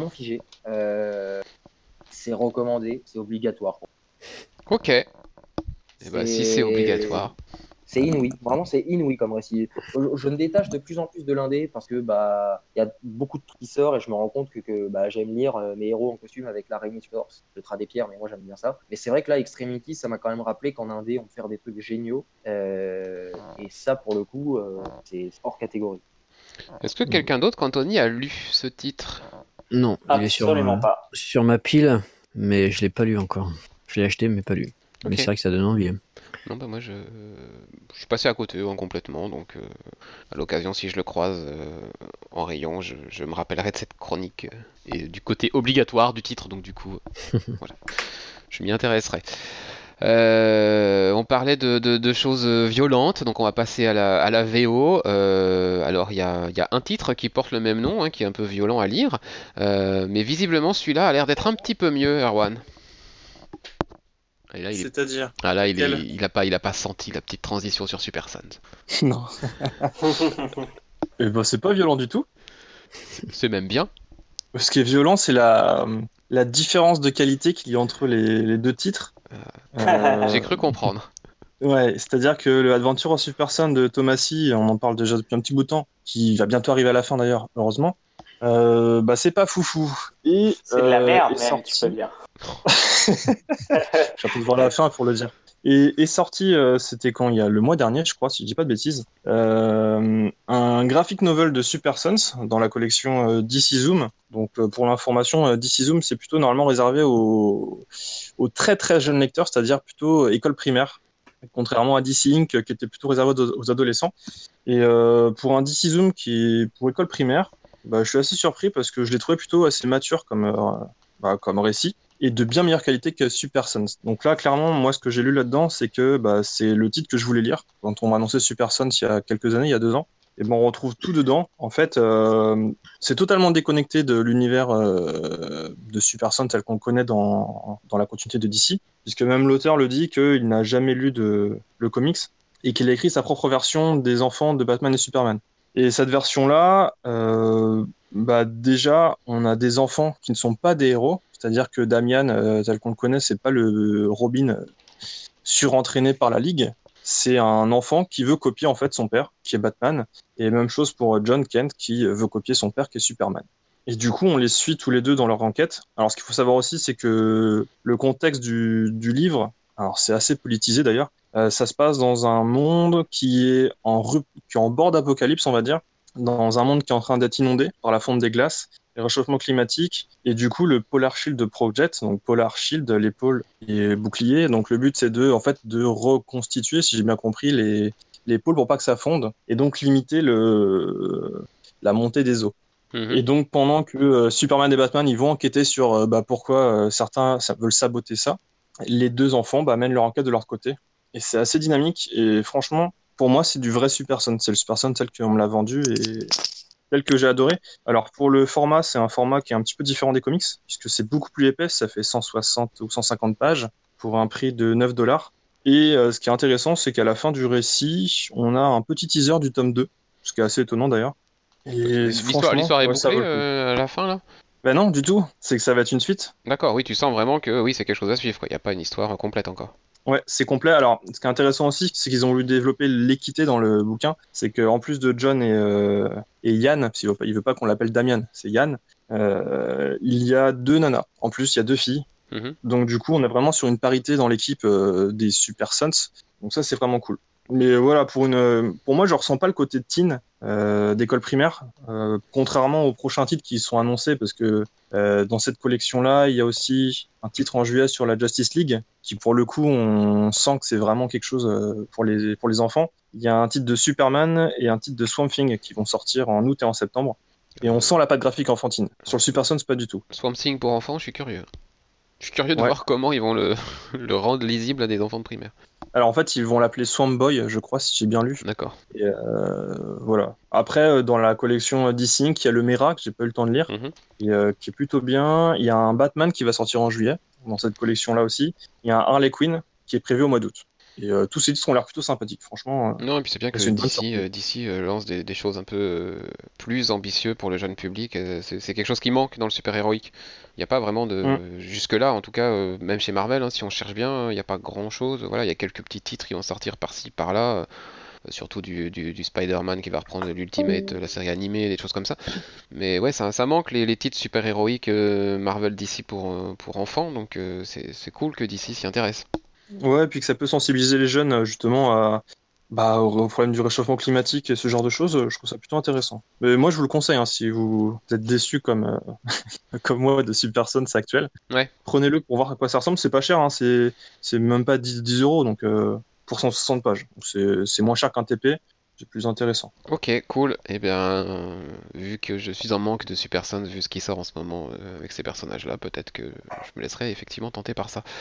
C'est recommandé, c'est obligatoire. Ok. Et bah, si c'est obligatoire. C'est inouï, vraiment c'est inouï comme récit. Je me détache de plus en plus de l'indé parce que il y a beaucoup de trucs qui sortent et je me rends compte que j'aime lire mes héros en costume avec l'araignée sur le trait des pierres, mais moi j'aime bien ça. Mais c'est vrai que là, Extremity, ça m'a quand même rappelé qu'en indé, on peut faire des trucs géniaux. Et ça, pour le coup, c'est hors catégorie. Est-ce que quelqu'un d'autre qu'Anthony a lu ce titre? Non, il est Absolument pas. sur ma pile, mais je l'ai pas lu encore. Je l'ai acheté, mais pas lu. Mais Ok. c'est vrai que ça donne envie. Non, bah moi je suis passé à côté complètement, donc à l'occasion, si je le croise en rayon, je me rappellerai de cette chronique et du côté obligatoire du titre, donc du coup, voilà, je m'y intéresserai. On parlait de choses violentes, donc on va passer à la VO. Alors il y a un titre qui porte le même nom, hein, qui est un peu violent à lire, mais visiblement celui-là a l'air d'être un petit peu mieux, Erwan. Et là, C'est-à-dire il a pas senti la petite transition sur Super Sons. Non. Et bah, c'est pas violent du tout. C'est même bien. Ce qui est violent, c'est la la différence de qualité qu'il y a entre les deux titres. J'ai cru comprendre. Ouais, c'est-à-dire que le Adventure of Super Son de Tomasi, on en parle déjà depuis un petit bout de temps, qui va bientôt arriver à la fin d'ailleurs, heureusement. Bah c'est pas foufou. Et C'est de la merde, est même, tu peux sorti. dire. J'attends de voir la fin pour le dire. Et est sorti, c'était quand il y a le mois dernier, je crois, si je dis pas de bêtises, un graphic novel de Super Sons dans la collection DC Zoom. Donc pour l'information, DC Zoom c'est plutôt normalement réservé aux très très jeunes lecteurs, c'est-à-dire plutôt école primaire, contrairement à DC Inc qui était plutôt réservé aux adolescents. Et pour un DC Zoom qui est pour école primaire, bah, je suis assez surpris parce que je l'ai trouvé plutôt assez mature comme récit et de bien meilleure qualité que Super Sons. Donc là, clairement, moi, ce que j'ai lu là-dedans, c'est que bah, c'est le titre que je voulais lire quand on m'a annoncé Super Sons il y a quelques années, il y a 2 ans. Et ben, on retrouve tout dedans. En fait, c'est totalement déconnecté de l'univers de Super Sons tel qu'on le connaît dans la continuité de DC, puisque même l'auteur le dit qu'il n'a jamais lu le comics et qu'il a écrit sa propre version des enfants de Batman et Superman. Et cette version-là, bah déjà, on a des enfants qui ne sont pas des héros, c'est-à-dire que Damian, tel qu'on le connaît, c'est pas le Robin surentraîné par la Ligue, c'est un enfant qui veut copier en fait son père, qui est Batman, et même chose pour John Kent qui veut copier son père, qui est Superman. Et du coup, on les suit tous les deux dans leur enquête. Alors, ce qu'il faut savoir aussi, c'est que le contexte du livre, alors c'est assez politisé d'ailleurs, ça se passe dans un monde qui est en bord d'apocalypse, on va dire, dans un monde qui est en train d'être inondé par la fonte des glaces, le réchauffement climatique, et du coup le Polar Shield Project, donc Polar Shield, l'épaule et bouclier. Donc le but c'est de reconstituer, si j'ai bien compris, les pôles pour pas que ça fonde, et donc limiter la montée des eaux. Et donc pendant que Superman et Batman ils vont enquêter sur pourquoi certains veulent saboter ça, les deux enfants mènent leur enquête de leur côté. Et c'est assez dynamique. Et franchement, pour moi, c'est du vrai Super Son. C'est le Super Son tel qu'on me l'a vendu et tel que j'ai adoré. Alors pour le format, c'est un format qui est un petit peu différent des comics, puisque c'est beaucoup plus épais. Ça fait 160 ou 150 pages pour un prix de $9. Et ce qui est intéressant, c'est qu'à la fin du récit, on a un petit teaser du tome 2, ce qui est assez étonnant d'ailleurs. Et franchement, L'histoire est ouais, ça vaut bouclée le coup. à la fin là? Ben non, du tout. C'est que ça va être une suite. D'accord, oui, tu sens vraiment que oui, c'est quelque chose à suivre, quoi. Il n'y a pas une histoire complète encore. Ouais, c'est complet. Alors, ce qui est intéressant aussi, c'est qu'ils ont voulu développer l'équité dans le bouquin. C'est qu'en plus de John et Yann, parce qu'il veut pas qu'on l'appelle Damian, c'est Yann, il y a 2 nanas. En plus, il y a 2 filles. Mhm. Donc, du coup, on est vraiment sur une parité dans l'équipe des Super Sons. Donc, ça, c'est vraiment cool. Mais voilà, pour moi, je ressens pas le côté teen d'école primaire, contrairement aux prochains titres qui sont annoncés, parce que dans cette collection-là, il y a aussi un titre en juillet sur la Justice League, qui pour le coup, on sent que c'est vraiment quelque chose pour les enfants. Il y a un titre de Superman et un titre de Swamp Thing qui vont sortir en août et en septembre. Et on sent la patte graphique enfantine. Sur le Super Sons, pas du tout. Swamp Thing pour enfants, je suis curieux. Je suis curieux de Ouais. voir comment ils vont le rendre lisible à des enfants de primaire. Alors en fait, ils vont l'appeler Swamp Boy, je crois, si j'ai bien lu. D'accord. Et voilà. Après, dans la collection DC Inc, il y a le Mera, que j'ai pas eu le temps de lire, Mhm. et, qui est plutôt bien. Il y a un Batman qui va sortir en juillet, dans cette collection-là aussi. Il y a un Harley Quinn qui est prévu au mois d'août. Et tous ces titres ont l'air plutôt sympathiques, franchement. Non, et puis c'est bien que C'est une bonne surprise. DC lance des choses un peu plus ambitieuses pour le jeune public. C'est quelque chose qui manque dans le super-héroïque. Il n'y a pas vraiment de... Jusque-là, en tout cas, même chez Marvel, hein, si on cherche bien, il n'y a pas grand-chose. Voilà, il y a quelques petits titres qui vont sortir par-ci, par-là. Surtout du Spider-Man qui va reprendre l'Ultimate, la série animée, des choses comme ça. Mais ouais, ça manque les titres super-héroïques Marvel DC pour enfants. Donc c'est cool que DC s'y intéresse. Ouais, puis que ça peut sensibiliser les jeunes justement au problème du réchauffement climatique et ce genre de choses, je trouve ça plutôt intéressant. Mais moi, je vous le conseille, hein, si vous êtes déçus comme moi de Super Sons actuel, Ouais. prenez-le pour voir à quoi ça ressemble. C'est pas cher, hein, c'est même pas 10 euros donc, pour 160 pages. Donc c'est moins cher qu'un TP, c'est plus intéressant. Ok, cool. Eh bien, vu que je suis en manque de Super Sons, vu ce qui sort en ce moment avec ces personnages-là, peut-être que je me laisserai effectivement tenter par ça.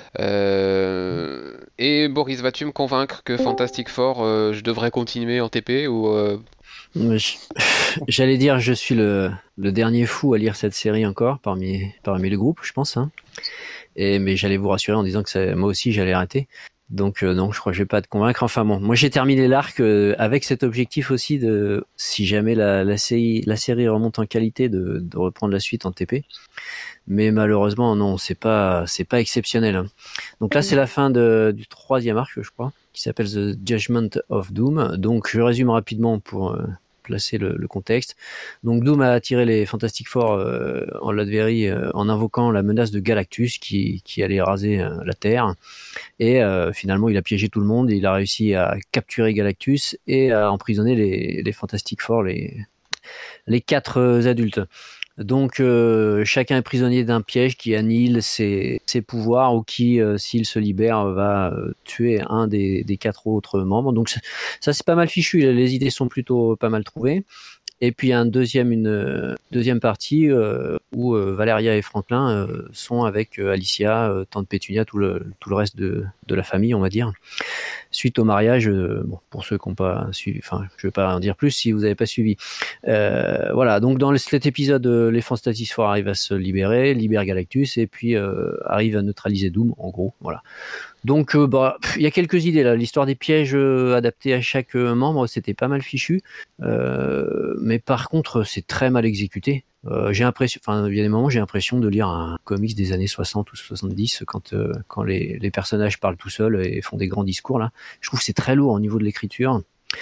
Et Boris, vas-tu me convaincre que Fantastic Four, je devrais continuer en TP ou Mais j'allais dire, je suis le dernier fou à lire cette série encore parmi le groupe, je pense. Hein. Mais j'allais vous rassurer en disant que moi aussi j'allais arrêter. Donc non, je crois que je vais pas te convaincre. Enfin bon, moi j'ai terminé l'arc avec cet objectif aussi de, si jamais la série remonte en qualité, de reprendre la suite en TP. Mais malheureusement non, c'est pas exceptionnel. Hein. Donc là c'est la fin du 3e arc, je crois, qui s'appelle The Judgment of Doom. Donc je résume rapidement pour placer le contexte. Donc Doom a attiré les Fantastic Four en Latverie en invoquant la menace de Galactus qui allait raser la Terre. Et finalement, il a piégé tout le monde et il a réussi à capturer Galactus et à emprisonner les Fantastic Four, les 4 adultes. Donc chacun est prisonnier d'un piège qui annihile ses pouvoirs ou qui, s'il se libère, va tuer un des 4 autres membres. Donc ça c'est pas mal fichu, les idées sont plutôt pas mal trouvées. Et puis il y a une deuxième partie où Valeria et Franklin sont avec Alicia, tante Pétunia, tout le reste de la famille, on va dire. Suite au mariage, bon, pour ceux qui n'ont pas suivi, enfin, je ne vais pas en dire plus si vous n'avez pas suivi. Voilà, donc dans cet épisode, les Fantastic Four arrivent à se libérer, libèrent Galactus et puis arrivent à neutraliser Doom, en gros. Voilà. Donc, il y a quelques idées là. L'histoire des pièges adaptés à chaque membre, c'était pas mal fichu. Mais par contre, c'est très mal exécuté. J'ai l'impression, enfin, il y a des moments, j'ai l'impression de lire un comics des années 60 ou 70 quand les personnages parlent tout seuls et font des grands discours là. Je trouve que c'est très lourd au niveau de l'écriture.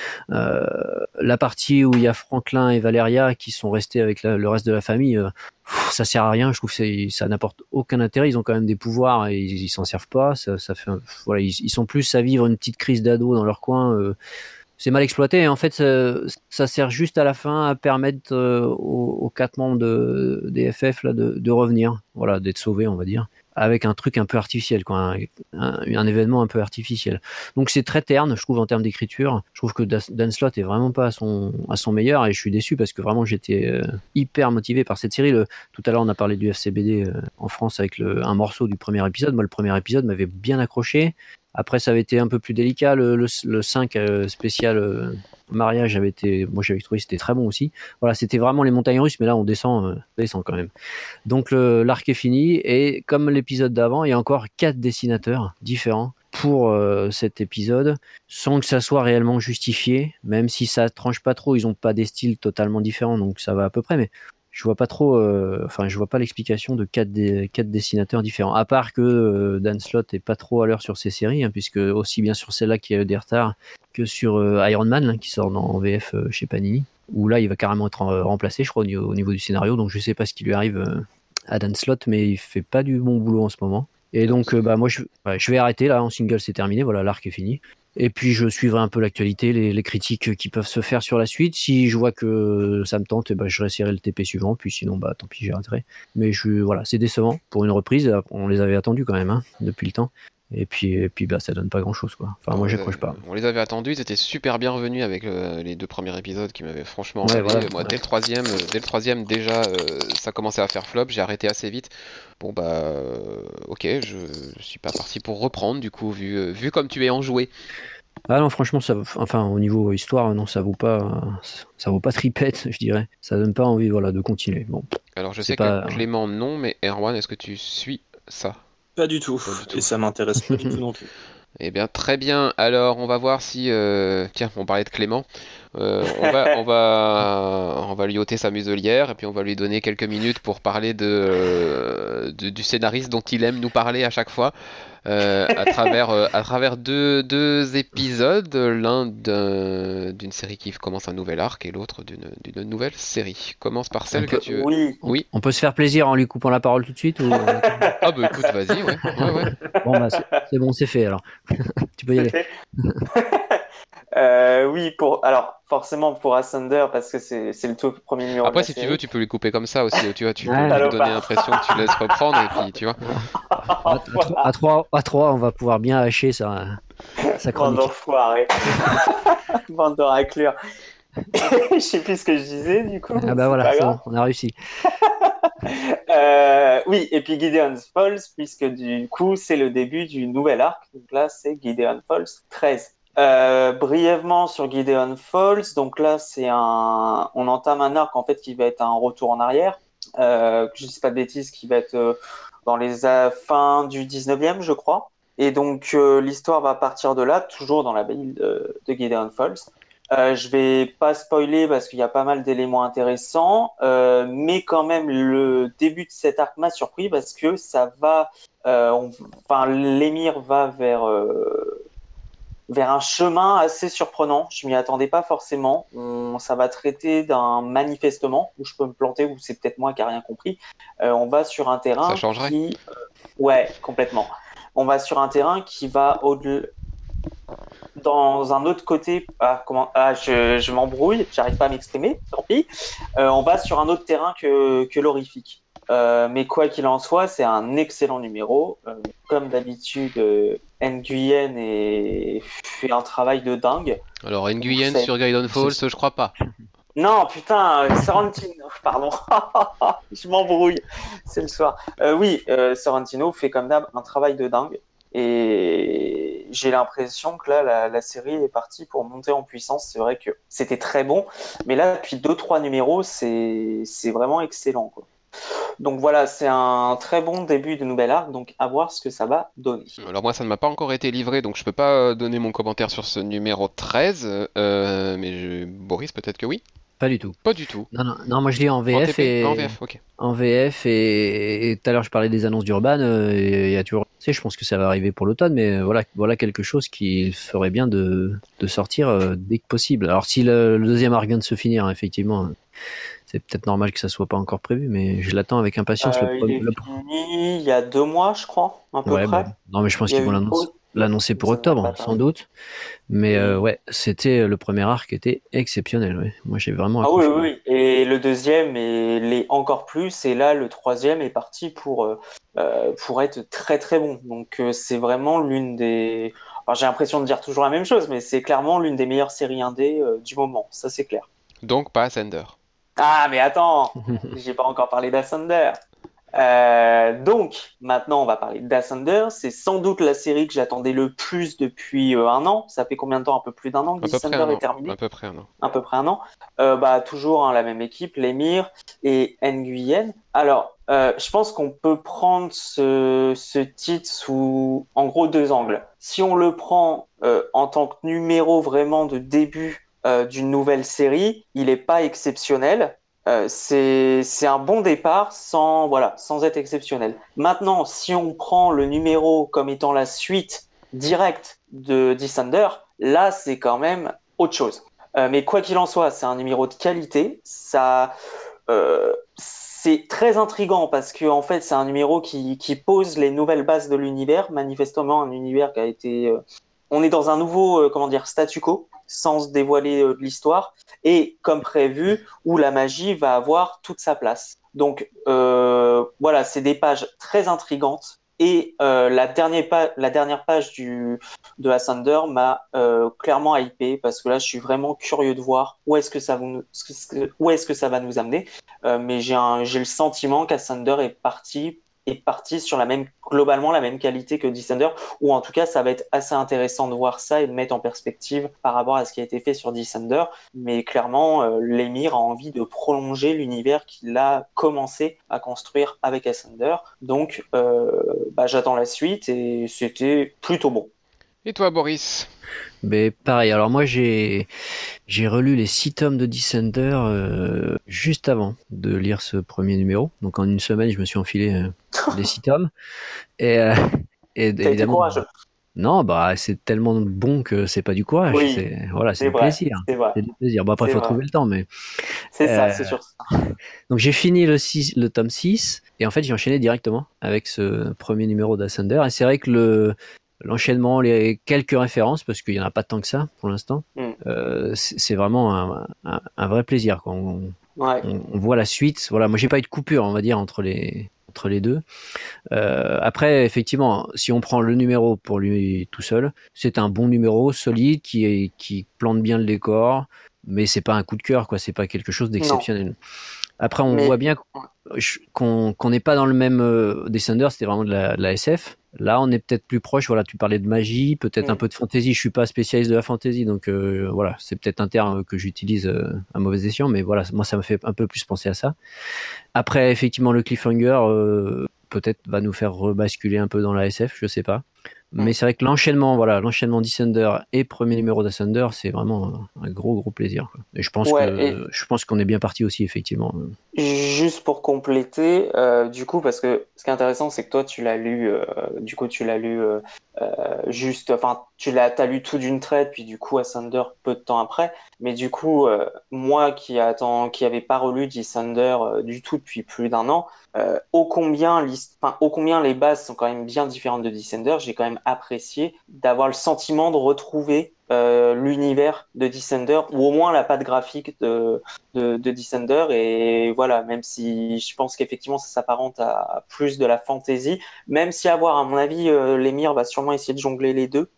La partie où il y a Franklin et Valeria qui sont restés avec le reste de la famille, ça sert à rien. Je trouve que ça n'apporte aucun intérêt. Ils ont quand même des pouvoirs et ils s'en servent pas. Ça fait, voilà, ils sont plus à vivre une petite crise d'ado dans leur coin. C'est mal exploité. En fait, ça sert juste à la fin à permettre aux 4 membres des FF là de revenir, voilà, d'être sauvés, on va dire, avec un truc un peu artificiel, quoi, un événement un peu artificiel. Donc c'est très terne, je trouve, en termes d'écriture. Je trouve que Dan Slott est vraiment pas à son meilleur et je suis déçu parce que vraiment j'étais hyper motivé par cette série. Tout à l'heure on a parlé du FCBD en France avec un morceau du premier épisode. Moi le premier épisode m'avait bien accroché. Après ça avait été un peu plus délicat. Le 5 spécial mariage moi j'avais trouvé que c'était très bon aussi. Voilà, c'était vraiment les montagnes russes, mais là on descend quand même. Donc l'arc est fini et comme l'épisode d'avant, il y a encore 4 dessinateurs différents pour cet épisode, sans que ça soit réellement justifié, même si ça tranche pas trop. Ils ont pas des styles totalement différents, donc ça va à peu près, mais je vois pas trop, je vois pas l'explication de 4 dessinateurs différents, à part que Dan Slott est pas trop à l'heure sur ses séries, hein, puisque aussi bien sur celle-là qui a eu des retards que sur Iron Man, hein, qui sort en VF chez Panini, où là il va carrément être remplacé, je crois, au niveau du scénario. Donc je sais pas ce qui lui arrive à Dan Slott, mais il fait pas du bon boulot en ce moment. Et donc moi je vais arrêter là, en single c'est terminé, voilà, l'arc est fini. Et puis je suivrai un peu l'actualité, les critiques qui peuvent se faire sur la suite. Si je vois que ça me tente, je réessayerai le TP suivant. Puis sinon, tant pis, j'arrêterai. Mais voilà, c'est décevant pour une reprise. On les avait attendus quand même, hein, depuis le temps. Et puis ça donne pas grand chose, quoi. Enfin, moi j'accroche pas. On les avait attendus, ils étaient super bien revenus avec les 2 premiers épisodes qui m'avaient franchement emballé. Voilà, moi dès le troisième déjà ça commençait à faire flop, j'ai arrêté assez vite. Bon ok, je suis pas parti pour reprendre du coup vu comme tu es enjoué. Ah non, franchement, au niveau histoire, non, ça vaut pas tripette, je dirais. Ça donne pas envie, voilà, de continuer. Bon. Alors je sais que Clément non, mais Erwan, est-ce que tu suis ça ? Pas du tout. Et ça m'intéresse pas du tout non plus. Eh bien, très bien. Alors, on va voir si... Tiens, on parlait de Clément. On va lui ôter sa muselière et puis on va lui donner quelques minutes pour parler du scénariste dont il aime nous parler à chaque fois. À travers deux épisodes, l'un d'une série qui commence un nouvel arc et l'autre d'une nouvelle série. Commence par celle que tu veux. Oui. On peut se faire plaisir en lui coupant la parole tout de suite ou... Ah bah écoute, vas-y, ouais. Bon c'est bon, c'est fait alors. Tu peux y aller. Oui, alors forcément pour Ascender parce que c'est le tout premier numéro. Après, de la si série. tu veux, tu peux lui couper comme ça aussi. Tu vois, tu peux Ouais. lui donner l'impression que tu laisses reprendre et puis tu vois. À 3, on va pouvoir bien hacher sa Bande chronique. d'enfoirés. Bande de raclures. Je sais plus ce que je disais du coup. Ah bah voilà, c'est bon, on a réussi. Oui, et puis Gideon's Falls, puisque du coup c'est le début du nouvel arc. Donc là c'est Gideon Falls 13. Brièvement sur Gideon Falls, donc là on entame un arc en fait qui va être un retour en arrière. Je dis pas de bêtises, qui va être dans les fins du 19e, je crois. Et donc l'histoire va partir de là, toujours dans la build de Gideon Falls. Je vais pas spoiler parce qu'il y a pas mal d'éléments intéressants, mais quand même le début de cet arc m'a surpris parce que ça va, l'émir va vers un chemin assez surprenant. Je m'y attendais pas forcément. Ça va traiter d'un manifestement où je peux me planter ou c'est peut-être moi qui a rien compris. On va sur un terrain Ça changerait. ouais, complètement. On va sur un terrain qui va dans un autre côté. Je m'embrouille, j'arrive pas à m'exprimer, tant pis. On va sur un autre terrain que l'horrifique. Mais quoi qu'il en soit, c'est un excellent numéro. Comme d'habitude, Nguyen fait un travail de dingue. Alors, Nguyen sur Gaiden Falls, je crois pas. Non, putain, Sorrentino, pardon. Je m'embrouille, c'est le soir. Oui, Sorrentino fait comme d'hab un travail de dingue. Et j'ai l'impression que là, la série est partie pour monter en puissance. C'est vrai que c'était très bon. Mais là, depuis 2-3 numéros, c'est vraiment excellent, quoi. Donc voilà, c'est un très bon début de nouvel arc. Donc à voir ce que ça va donner. Alors moi, ça ne m'a pas encore été livré, donc je peux pas donner mon commentaire sur ce numéro 13. Boris, peut-être que oui. Pas du tout. Pas du tout. Non, moi je lis en VF TP et en VF, ok. en VF et tout à l'heure je parlais des annonces d'Urban. Il y a toujours, tu sais, je pense que ça va arriver pour l'automne, mais voilà quelque chose qu'il ferait bien de sortir dès que possible. Alors si le deuxième arc vient de se finir, effectivement, c'est peut-être normal que ça soit pas encore prévu, mais je l'attends avec impatience. Il est fini il y a 2 mois, je crois, à peu Ouais, près. non, mais je pense Il y a qu'ils vont eu une l'annoncer pour ça va octobre, pas sans tarder. doute. Mais ouais, c'était le premier arc était exceptionnel. Ouais. Moi, j'ai vraiment Ah oui, accroché. oui, oui. Et le deuxième l'est encore plus. Et là, le troisième est parti pour être très très bon. Donc c'est vraiment l'une des. Alors, j'ai l'impression de dire toujours la même chose, mais c'est clairement l'une des meilleures séries indé du moment. Ça, c'est clair. Donc pas Ascender. Ah, mais attends, j'ai pas encore parlé d'Ascender. Donc, maintenant, on va parler d'Ascender. C'est sans doute la série que j'attendais le plus depuis 1 an. Ça fait combien de temps? Un peu plus d'1 an que À peu près Ascender un est an. terminé? À peu près un an. À peu près 1 an. Toujours la même équipe, l'émir et Nguyen. Alors, je pense qu'on peut prendre ce titre sous, en gros, 2 angles. Si on le prend en tant que numéro vraiment de début d'une nouvelle série, il n'est pas exceptionnel. C'est un bon départ sans être exceptionnel. Maintenant, si on prend le numéro comme étant la suite directe de Descender, là, c'est quand même autre chose. Mais quoi qu'il en soit, c'est un numéro de qualité. C'est très intriguant parce que en fait, c'est un numéro qui pose les nouvelles bases de l'univers. Manifestement, un univers qui a été. On est dans un nouveau, statu quo, sans se dévoiler de l'histoire, et comme prévu, où la magie va avoir toute sa place. Donc voilà, c'est des pages très intrigantes. Et la dernière page de Ascender m'a clairement hypé parce que là, je suis vraiment curieux de voir où est-ce que ça va nous amener. Mais j'ai le sentiment qu'Ascender est parti sur globalement la même qualité que Descender, ou en tout cas, ça va être assez intéressant de voir ça et de mettre en perspective par rapport à ce qui a été fait sur Descender. Mais clairement, l'émir a envie de prolonger l'univers qu'il a commencé à construire avec Ascender. Donc, j'attends la suite et c'était plutôt bon. Et toi, Boris? Mais pareil, alors moi j'ai relu les 6 tomes de Descender juste avant de lire ce premier numéro. Donc en une semaine, je me suis enfilé les 6 tomes. Et T'as été évidemment, courageux. non, c'est tellement bon que c'est pas du courage, Oui, c'est du vrai, plaisir. c'est vrai. C'est du plaisir. Bon, après, il C'est faut vrai. trouver le temps, mais. C'est ça, c'est sûr. Donc j'ai fini le tome 6, et en fait j'ai enchaîné directement avec ce premier numéro d'Ascender. Et c'est vrai que l'enchaînement, les quelques références, parce qu'il n'y en a pas tant que ça pour l'instant, c'est vraiment un vrai plaisir. Quoi. On voit la suite. Voilà, moi j'ai pas eu de coupure, on va dire, entre les deux. Après, effectivement, si on prend le numéro pour lui tout seul, c'est un bon numéro solide qui plante bien le décor, mais c'est pas un coup de cœur, quoi. C'est pas quelque chose d'exceptionnel. Non. Après, on voit bien qu'on n'est pas dans le même Descender, c'était vraiment de la SF. Là, on est peut-être plus proche. Voilà, tu parlais de magie, peut-être un peu de fantasy. Je suis pas spécialiste de la fantasy, donc voilà, c'est peut-être un terme que j'utilise à mauvais escient, mais voilà, moi, ça me fait un peu plus penser à ça. Après, effectivement, le cliffhanger peut-être va nous faire rebasculer un peu dans la SF, je sais pas. Mais c'est vrai que l'enchaînement Descender et premier numéro d'Ascender, c'est vraiment un gros plaisir, quoi. Et je pense qu'on est bien parti aussi, effectivement. Juste pour compléter, du coup, parce que ce qui est intéressant, c'est que toi, tu l'as lu, juste, enfin, t'as lu tout d'une traite, puis du coup, Ascender peu de temps après. Mais du coup, moi qui avait pas relu Descender du tout depuis plus d'un an, ô combien les bases sont quand même bien différentes de Descender, j'ai quand même apprécié d'avoir le sentiment de retrouver l'univers de Descender, ou au moins la patte graphique de Descender. Et voilà, même si je pense qu'effectivement ça s'apparente à plus de la fantasy, même si à voir, à mon avis, l'émir va sûrement essayer de jongler les deux.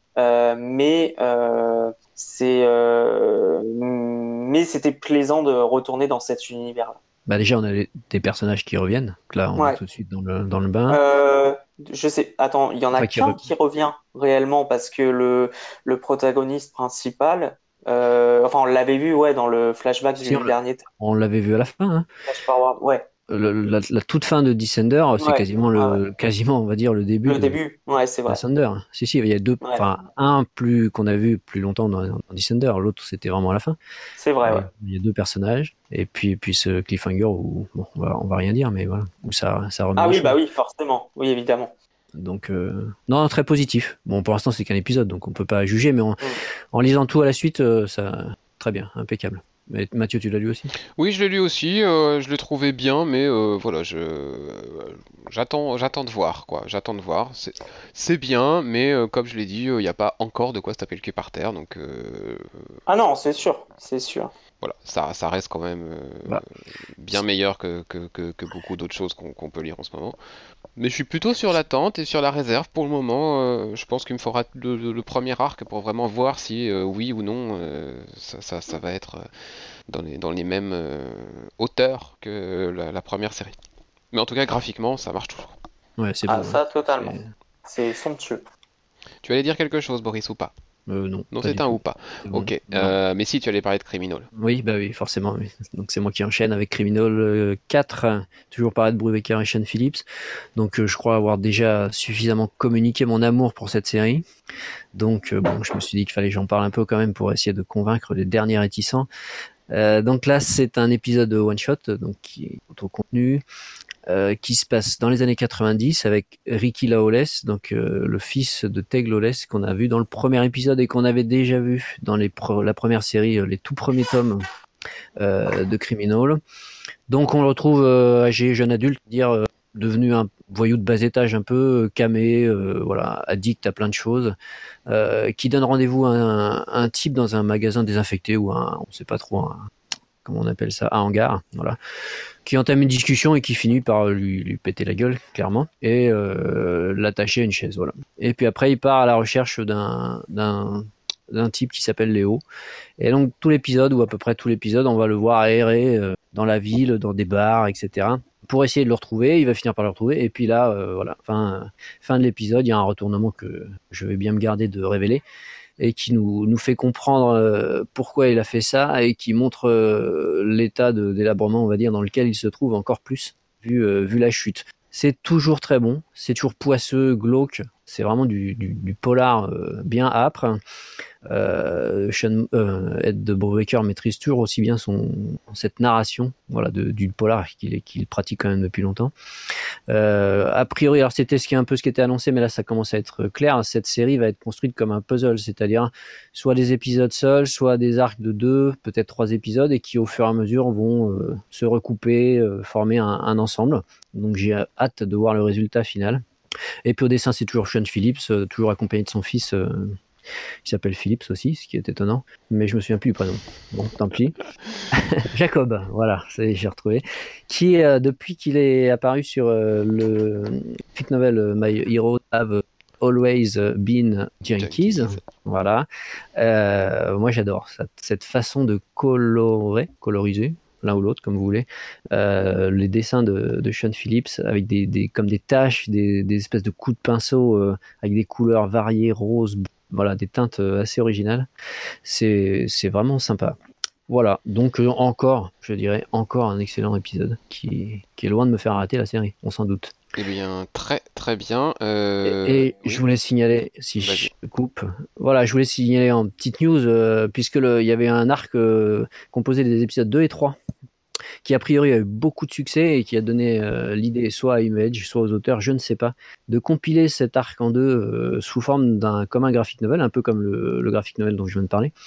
Mais c'était plaisant de retourner dans cet univers-là. Bah déjà, on a des personnages qui reviennent. Donc là, on est Ouais. tout de suite dans le bain. Je sais, attends, il y en a Enfin, qu'un qui revient réellement parce que le protagoniste principal, enfin on l'avait vu ouais dans le flashback Si, du dernier on l'avait vu à la fin, hein. Flash Forward, ouais, La toute fin de Descender, c'est ouais, quasiment ouais. quasiment, on va dire, le début Le de début, ouais, c'est vrai. Ascender. Si, il y a deux, Ouais, enfin, un plus qu'on a vu plus longtemps dans Descender, l'autre c'était vraiment à la fin. c'est vrai, ouais. Mais il y a deux personnages, et puis ce cliffhanger où, bon, on va rien dire, mais voilà, où ça remet Ah les oui, choses. bah oui, forcément, oui, évidemment. Donc, non, très positif. Bon, pour l'instant, c'est qu'un épisode, donc on peut pas juger, mais en lisant tout à la suite, très bien, impeccable. Mais Mathieu, tu l'as lu aussi? Oui, je l'ai lu aussi, je l'ai trouvé bien, mais voilà, j'attends de voir, quoi. J'attends de voir. C'est bien, mais comme je l'ai dit, il n'y a pas encore de quoi se taper le cul par terre, donc Ah non, c'est sûr, c'est sûr. voilà, ça reste quand même Bah, bien meilleur que beaucoup d'autres choses qu'on peut lire en ce moment. Mais je suis plutôt sur l'attente et sur la réserve pour le moment. Je pense qu'il me faudra le premier arc pour vraiment voir si oui ou non ça va être dans les mêmes hauteurs que la première série. Mais en tout cas, graphiquement, ça marche toujours. ouais, c'est Ah bon, hein. ça, totalement. C'est somptueux. Tu allais dire quelque chose, Boris, ou pas? Non, Non, pas c'est du un tout. ou pas. C'est bon. Ok. Non. Mais si, tu allais parler de Criminal. Oui, bah oui, forcément. Oui. Donc c'est moi qui enchaîne avec Criminal 4, toujours par Ed Brubaker et Sean Phillips. Donc je crois avoir déjà suffisamment communiqué mon amour pour cette série. Donc bon, je me suis dit qu'il fallait que j'en parle un peu quand même pour essayer de convaincre les derniers réticents. Donc là, c'est un épisode one shot, donc qui est au contenu. Qui se passe dans les années 90 avec Ricky Lawless, donc le fils de Teg Lawless qu'on a vu dans le premier épisode et qu'on avait déjà vu dans la première série, les tout premiers tomes de Criminal. Donc on le retrouve âgé, jeune adulte, devenu un voyou de bas étage un peu camé, voilà, addict à plein de choses, qui donne rendez-vous à un type dans un magasin désinfecté ou on sait pas trop, comment on appelle ça, un hangar, voilà, qui entame une discussion et qui finit par lui péter la gueule, clairement, et l'attacher à une chaise, voilà. Et puis après, il part à la recherche d'un type qui s'appelle Léo. Et donc tout l'épisode, ou à peu près tout l'épisode, on va le voir errer dans la ville, dans des bars, etc. pour essayer de le retrouver. Il va finir par le retrouver. Et puis là, voilà, fin de l'épisode, il y a un retournement que je vais bien me garder de révéler, et qui nous fait comprendre pourquoi il a fait ça, et qui montre l'état de délabrement, on va dire, dans lequel il se trouve encore plus, vu la chute. C'est toujours très bon, c'est toujours poisseux, glauque, c'est vraiment du polar bien âpre. Ed Brubaker maîtrise toujours aussi bien cette narration, voilà, du polar qu'il pratique quand même depuis longtemps. A priori, alors c'était ce qui était annoncé, mais là ça commence à être clair. Cette série va être construite comme un puzzle, c'est-à-dire soit des épisodes seuls, soit des arcs de 2, peut-être 3 épisodes, et qui au fur et à mesure vont se recouper, former un ensemble. Donc j'ai hâte de voir le résultat final. Et puis au dessin, c'est toujours Sean Phillips, toujours accompagné de son fils, qui s'appelle Phillips aussi, ce qui est étonnant, mais je me souviens plus du prénom. Bon, tant pis. Jacob, voilà, j'ai retrouvé. Qui, depuis qu'il est apparu sur le graphic novel My Hero Have Always Been Junkies, voilà. Moi, j'adore cette façon de coloriser, l'un ou l'autre, comme vous voulez, les dessins de Sean Phillips avec comme des taches, des espèces de coups de pinceau avec des couleurs variées, roses, voilà, des teintes assez originales. C'est vraiment sympa. Voilà, donc je dirais encore un excellent épisode qui est loin de me faire arrêter la série, on s'en doute. Eh bien, très très bien. Et Oui. je voulais signaler, si Vas-y. je coupe, voilà, je voulais signaler en petite news, puisque il y avait un arc composé des épisodes 2 et 3, qui a priori a eu beaucoup de succès et qui a donné l'idée soit à Image, soit aux auteurs, je ne sais pas, de compiler cet arc en deux sous forme comme un graphic novel, un peu comme le graphic novel dont je viens de parler,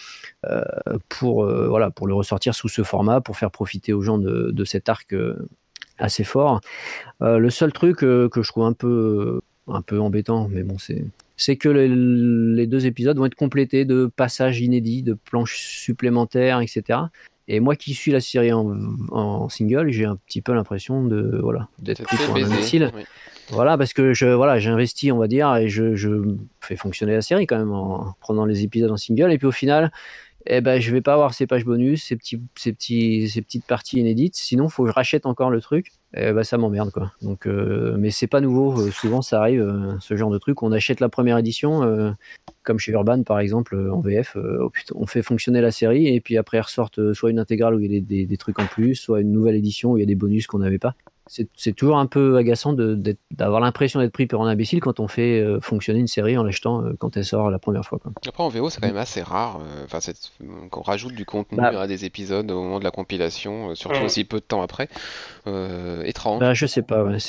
pour le ressortir sous ce format, pour faire profiter aux gens de cet arc assez fort. Le seul truc que je trouve un peu embêtant, mais bon, c'est que les 2 épisodes vont être complétés de passages inédits, de planches supplémentaires, etc. Et moi qui suis la série en single, j'ai un petit peu l'impression d'être T'es pris fait pour un baiser. imbécile. Oui. Voilà, parce que j'ai investi, on va dire, et je fais fonctionner la série quand même en prenant les épisodes en single. Et puis au final, je vais pas avoir ces pages bonus, ces petites parties inédites. Sinon, faut que je rachète encore le truc. Ça m'emmerde, quoi. Donc, mais c'est pas nouveau. Souvent, ça arrive, ce genre de truc. On achète la première édition, comme chez Urban, par exemple, en VF. On fait fonctionner la série et puis après, ils ressortent soit une intégrale où il y a des trucs en plus, soit une nouvelle édition où il y a des bonus qu'on n'avait pas. C'est toujours un peu agaçant d'avoir l'impression d'être pris pour un imbécile quand on fait fonctionner une série en l'achetant quand elle sort la première fois, quoi. Après, en VO, c'est quand même assez rare qu'on rajoute du contenu Bah, à des épisodes au moment de la compilation, surtout aussi peu de temps après. Étrange. je sais pas, ouais,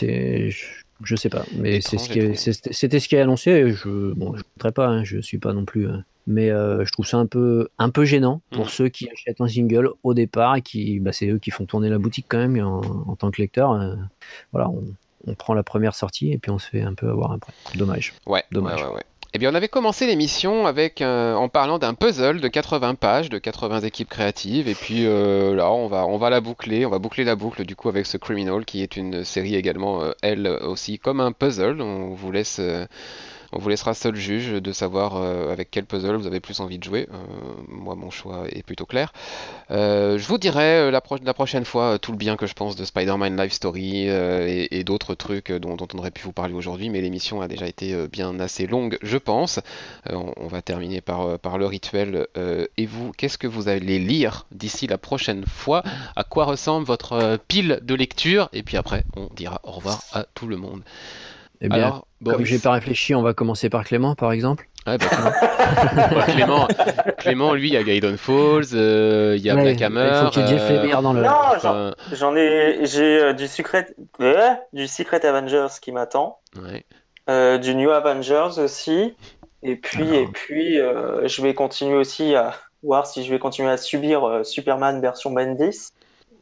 je sais pas, mais Étrange, étrange. c'était ce qui est annoncé. Et je ne voudrais pas, hein, je suis pas non plus, mais je trouve ça un peu gênant pour Mhm. ceux qui achètent un single au départ et c'est eux qui font tourner la boutique quand même en tant que lecteur. Voilà, on prend la première sortie et puis on se fait un peu avoir après. Dommage. Ouais, ouais, Dommage. ouais, ouais. Eh bien, on avait commencé l'émission en parlant d'un puzzle de 80 pages, de 80 équipes créatives, et puis là, on va la boucler, on va boucler la boucle du coup avec ce Criminal, qui est une série également, elle aussi, comme un puzzle. On vous laissera seul juge de savoir avec quel puzzle vous avez plus envie de jouer. Moi, mon choix est plutôt clair. Je vous dirai la prochaine fois tout le bien que je pense de Spider-Man Live Story et d'autres trucs dont on aurait pu vous parler aujourd'hui, mais l'émission a déjà été bien assez longue, je pense. On va terminer par le rituel. Et vous, qu'est-ce que vous allez lire d'ici la prochaine fois? À quoi ressemble votre pile de lecture? Et puis après, on dira au revoir à tout le monde. Eh bien, Alors, comme j'ai Boris. pas réfléchi, on va commencer par Clément, par exemple. Ouais, bah, Clément, lui, il y a Gaiden Falls, il y a Black Ouais, il faut Hammer. qu'il y ait Jeff Lemire dans le. Non, Enfin, j'ai du Secret Avengers qui m'attend, ouais. du New Avengers aussi, Alors, je vais continuer aussi à voir si je vais continuer à subir Superman version Bendis.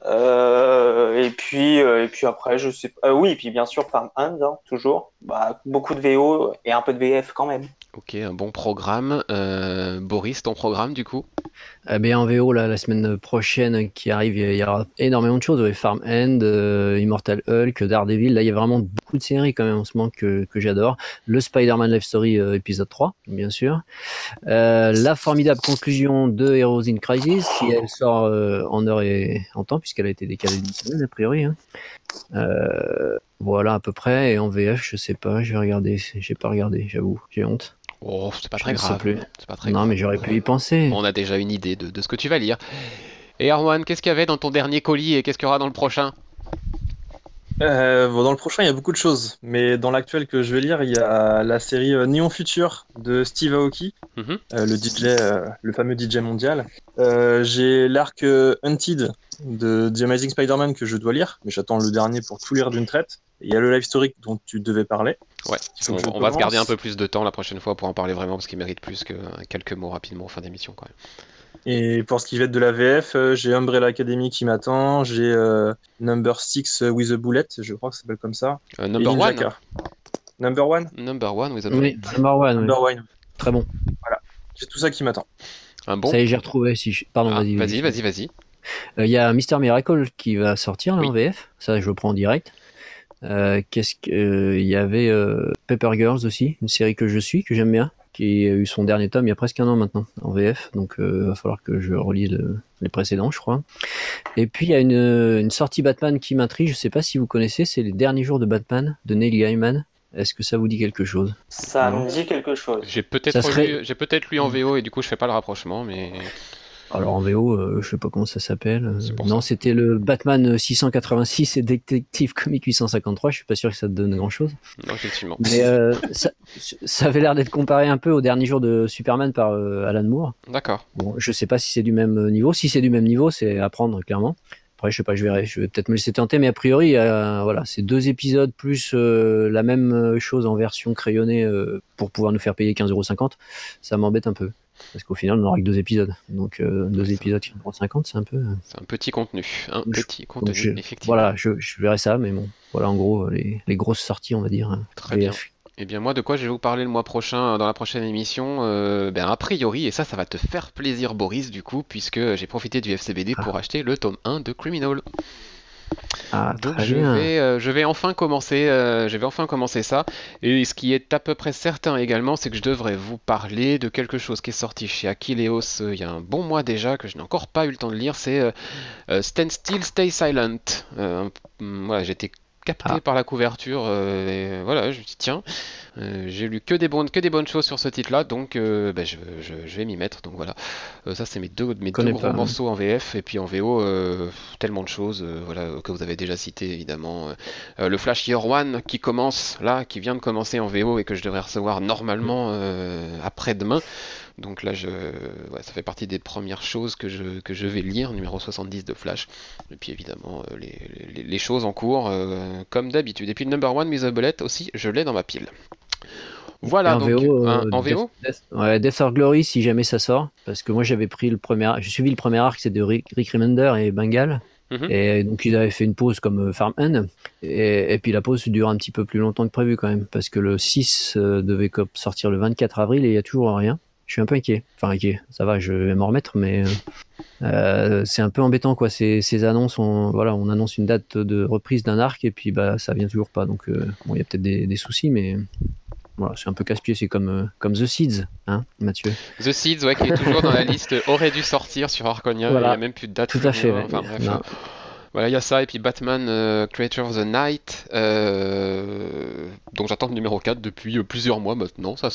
Et puis après, je sais pas. Oui, et puis bien sûr Farmhand, hein, toujours. Bah, beaucoup de VO et un peu de VF quand même. Ok, un bon programme. Boris, ton programme du coup? eh bien, en VO, là, la semaine prochaine qui arrive, il y aura énormément de choses. Ouais, Farm End, Immortal Hulk, Daredevil. Là, il y a vraiment beaucoup de séries quand même en ce moment que j'adore. Le Spider-Man Life Story épisode 3, bien sûr. La formidable conclusion de Heroes in Crisis, si elle sort en heure et en temps, puisqu'elle a été décalée d'une semaine, a priori. Hein. Voilà, à peu près. Et en VF, je sais pas, je vais regarder. J'ai pas regardé, j'avoue, j'ai honte. Oh, c'est pas Je très ne sais grave. plus. C'est pas très Non, grave. mais j'aurais pu y penser. On a déjà une idée de ce que tu vas lire. Et Erwan, qu'est-ce qu'il y avait dans ton dernier colis et qu'est-ce qu'il y aura dans le prochain? Dans le prochain, il y a beaucoup de choses, mais dans l'actuel que je vais lire, il y a la série Neon Future de Steve Aoki, Mhm. le fameux DJ mondial. J'ai l'arc Hunted de The Amazing Spider-Man que je dois lire, mais j'attends le dernier pour tout lire d'une traite. Et il y a le live story dont tu devais parler. Ouais, Il faut que je on va se garder un commence. peu plus de temps la prochaine fois pour en parler vraiment parce qu'il mérite plus que quelques mots rapidement en fin d'émission quand même. Et pour ce qui va être de la VF, j'ai Umbrella Academy qui m'attend, j'ai Number 6 with a Bullet, je crois que ça s'appelle comme ça, et Number Ninja one? Car. Number 1? Number one with a bullet. Oui, Number One, oui. Number 1. Très bon. Voilà. J'ai tout ça qui m'attend. Un bon? Ça y est, j'ai retrouvé. Pardon, Ah, vas-y. vas-y. Il y a Mister Miracle qui va sortir là, Oui. en VF. Ça, je le prends en direct. Il y avait Paper Girls aussi, une série que je suis, que j'aime bien, qui a eu son dernier tome il y a presque un an maintenant en VF. Donc, il va falloir que je relise les précédents, je crois. Et puis, il y a une sortie Batman qui m'intrigue. Je sais pas si vous connaissez, c'est les derniers jours de Batman de Neil Gaiman. Est-ce que ça vous dit quelque chose? Ça Non. me dit quelque chose. J'ai Ça serait- peut-être lu en VO et du coup je fais pas le rapprochement, mais Alors en VO, je sais pas comment ça s'appelle. C'est pour Non, ça. c'était le Batman 686 et Detective Comics 853. Je suis pas sûr que ça te donne grand-chose. Non, effectivement. Mais ça avait l'air d'être comparé un peu au dernier jour de Superman par Alan Moore. D'accord. Bon, je sais pas si c'est du même niveau. Si c'est du même niveau, c'est à prendre clairement. Après, je sais pas, je verrai. Je vais peut-être me laisser tenter, mais a priori, voilà, c'est 2 épisodes plus la même chose en version crayonnée pour pouvoir nous faire payer 15,50 €. Ça m'embête un peu. Parce qu'au final, on n'aura que 2 épisodes. Donc, 2 Ouais, épisodes qui font 50, c'est un peu. C'est un petit contenu. Un Je- petit contenu, donc, effectivement. voilà, je verrai ça, mais bon, voilà en gros les grosses sorties, on va dire. Très bien. VF. Eh bien, moi, de quoi je vais vous parler le mois prochain, dans la prochaine émission, a priori, et ça va te faire plaisir, Boris, du coup, puisque j'ai profité du FCBD pour acheter le tome 1 de Criminal. Ah, Donc très bien. je vais enfin commencer ça. Et ce qui est à peu près certain également, c'est que je devrais vous parler de quelque chose qui est sorti chez Achilleos il y a un bon mois déjà, que je n'ai encore pas eu le temps de lire, c'est Stand Still, Stay Silent. Voilà, j'étais capté par la couverture, et voilà, je me dis tiens, j'ai lu que des bonnes choses sur ce titre-là, donc je vais m'y mettre. Donc voilà, ça c'est mes deux Connais gros pas, morceaux en VF, et puis en VO, tellement de choses, voilà, que vous avez déjà cité évidemment. Le Flash Year One qui commence là, qui vient de commencer en VO et que je devrais recevoir normalement après-demain. Donc là, ça fait partie des premières choses que je vais lire, numéro 70 de Flash. Et puis évidemment, les choses en cours, comme d'habitude. Et puis le number one, Miss Bullet aussi, je l'ai dans ma pile. Et Voilà, en donc VO, en VO. Death or Glory, si jamais ça sort, parce que moi j'avais pris j'ai suivi le premier arc, c'est de Rick Remender et Bengal, Mhm. et donc ils avaient fait une pause comme Farmhand, et puis la pause dure un petit peu plus longtemps que prévu quand même, parce que le 6 devait sortir le 24 avril et il y a toujours rien. Je suis un peu inquiet. Enfin inquiet, ça va, je vais m'en remettre, mais c'est un peu embêtant quoi. Ces annonces, on annonce une date de reprise d'un arc et puis bah ça vient toujours pas. Donc bon, il y a peut-être des soucis, mais voilà, c'est un peu casse-pied. C'est comme The Seeds, hein, Mathieu. The Seeds, ouais, qui est toujours dans la liste, aurait dû sortir sur Arconia, et il n'y a Voilà, même plus de date. tout Plus à fait. rien. Ouais. Enfin bref. Non. Voilà, il y a ça, et puis Batman Creature of the Night, donc j'attends le numéro 4 depuis plusieurs mois maintenant, ça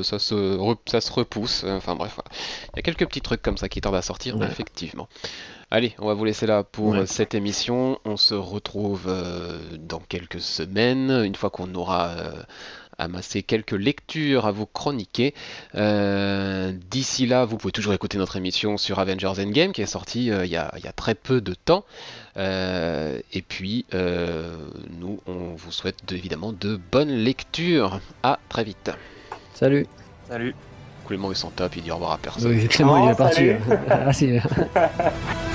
se repousse, enfin bref, voilà. Il y a quelques petits trucs comme ça qui tardent à sortir, Ouais. effectivement. Allez, on va vous laisser là pour Ouais. cette émission, on se retrouve dans quelques semaines, une fois qu'on aura amassé quelques lectures à vous chroniquer. D'ici là, vous pouvez toujours écouter notre émission sur Avengers Endgame qui est sortie il y a très peu de temps. Et puis, nous, on vous souhaite évidemment de bonnes lectures. À très vite. Salut. Salut. Clément, il s'en tape, il dit au revoir à personne. Oui, Clément, il est parti. salut. Ah, si.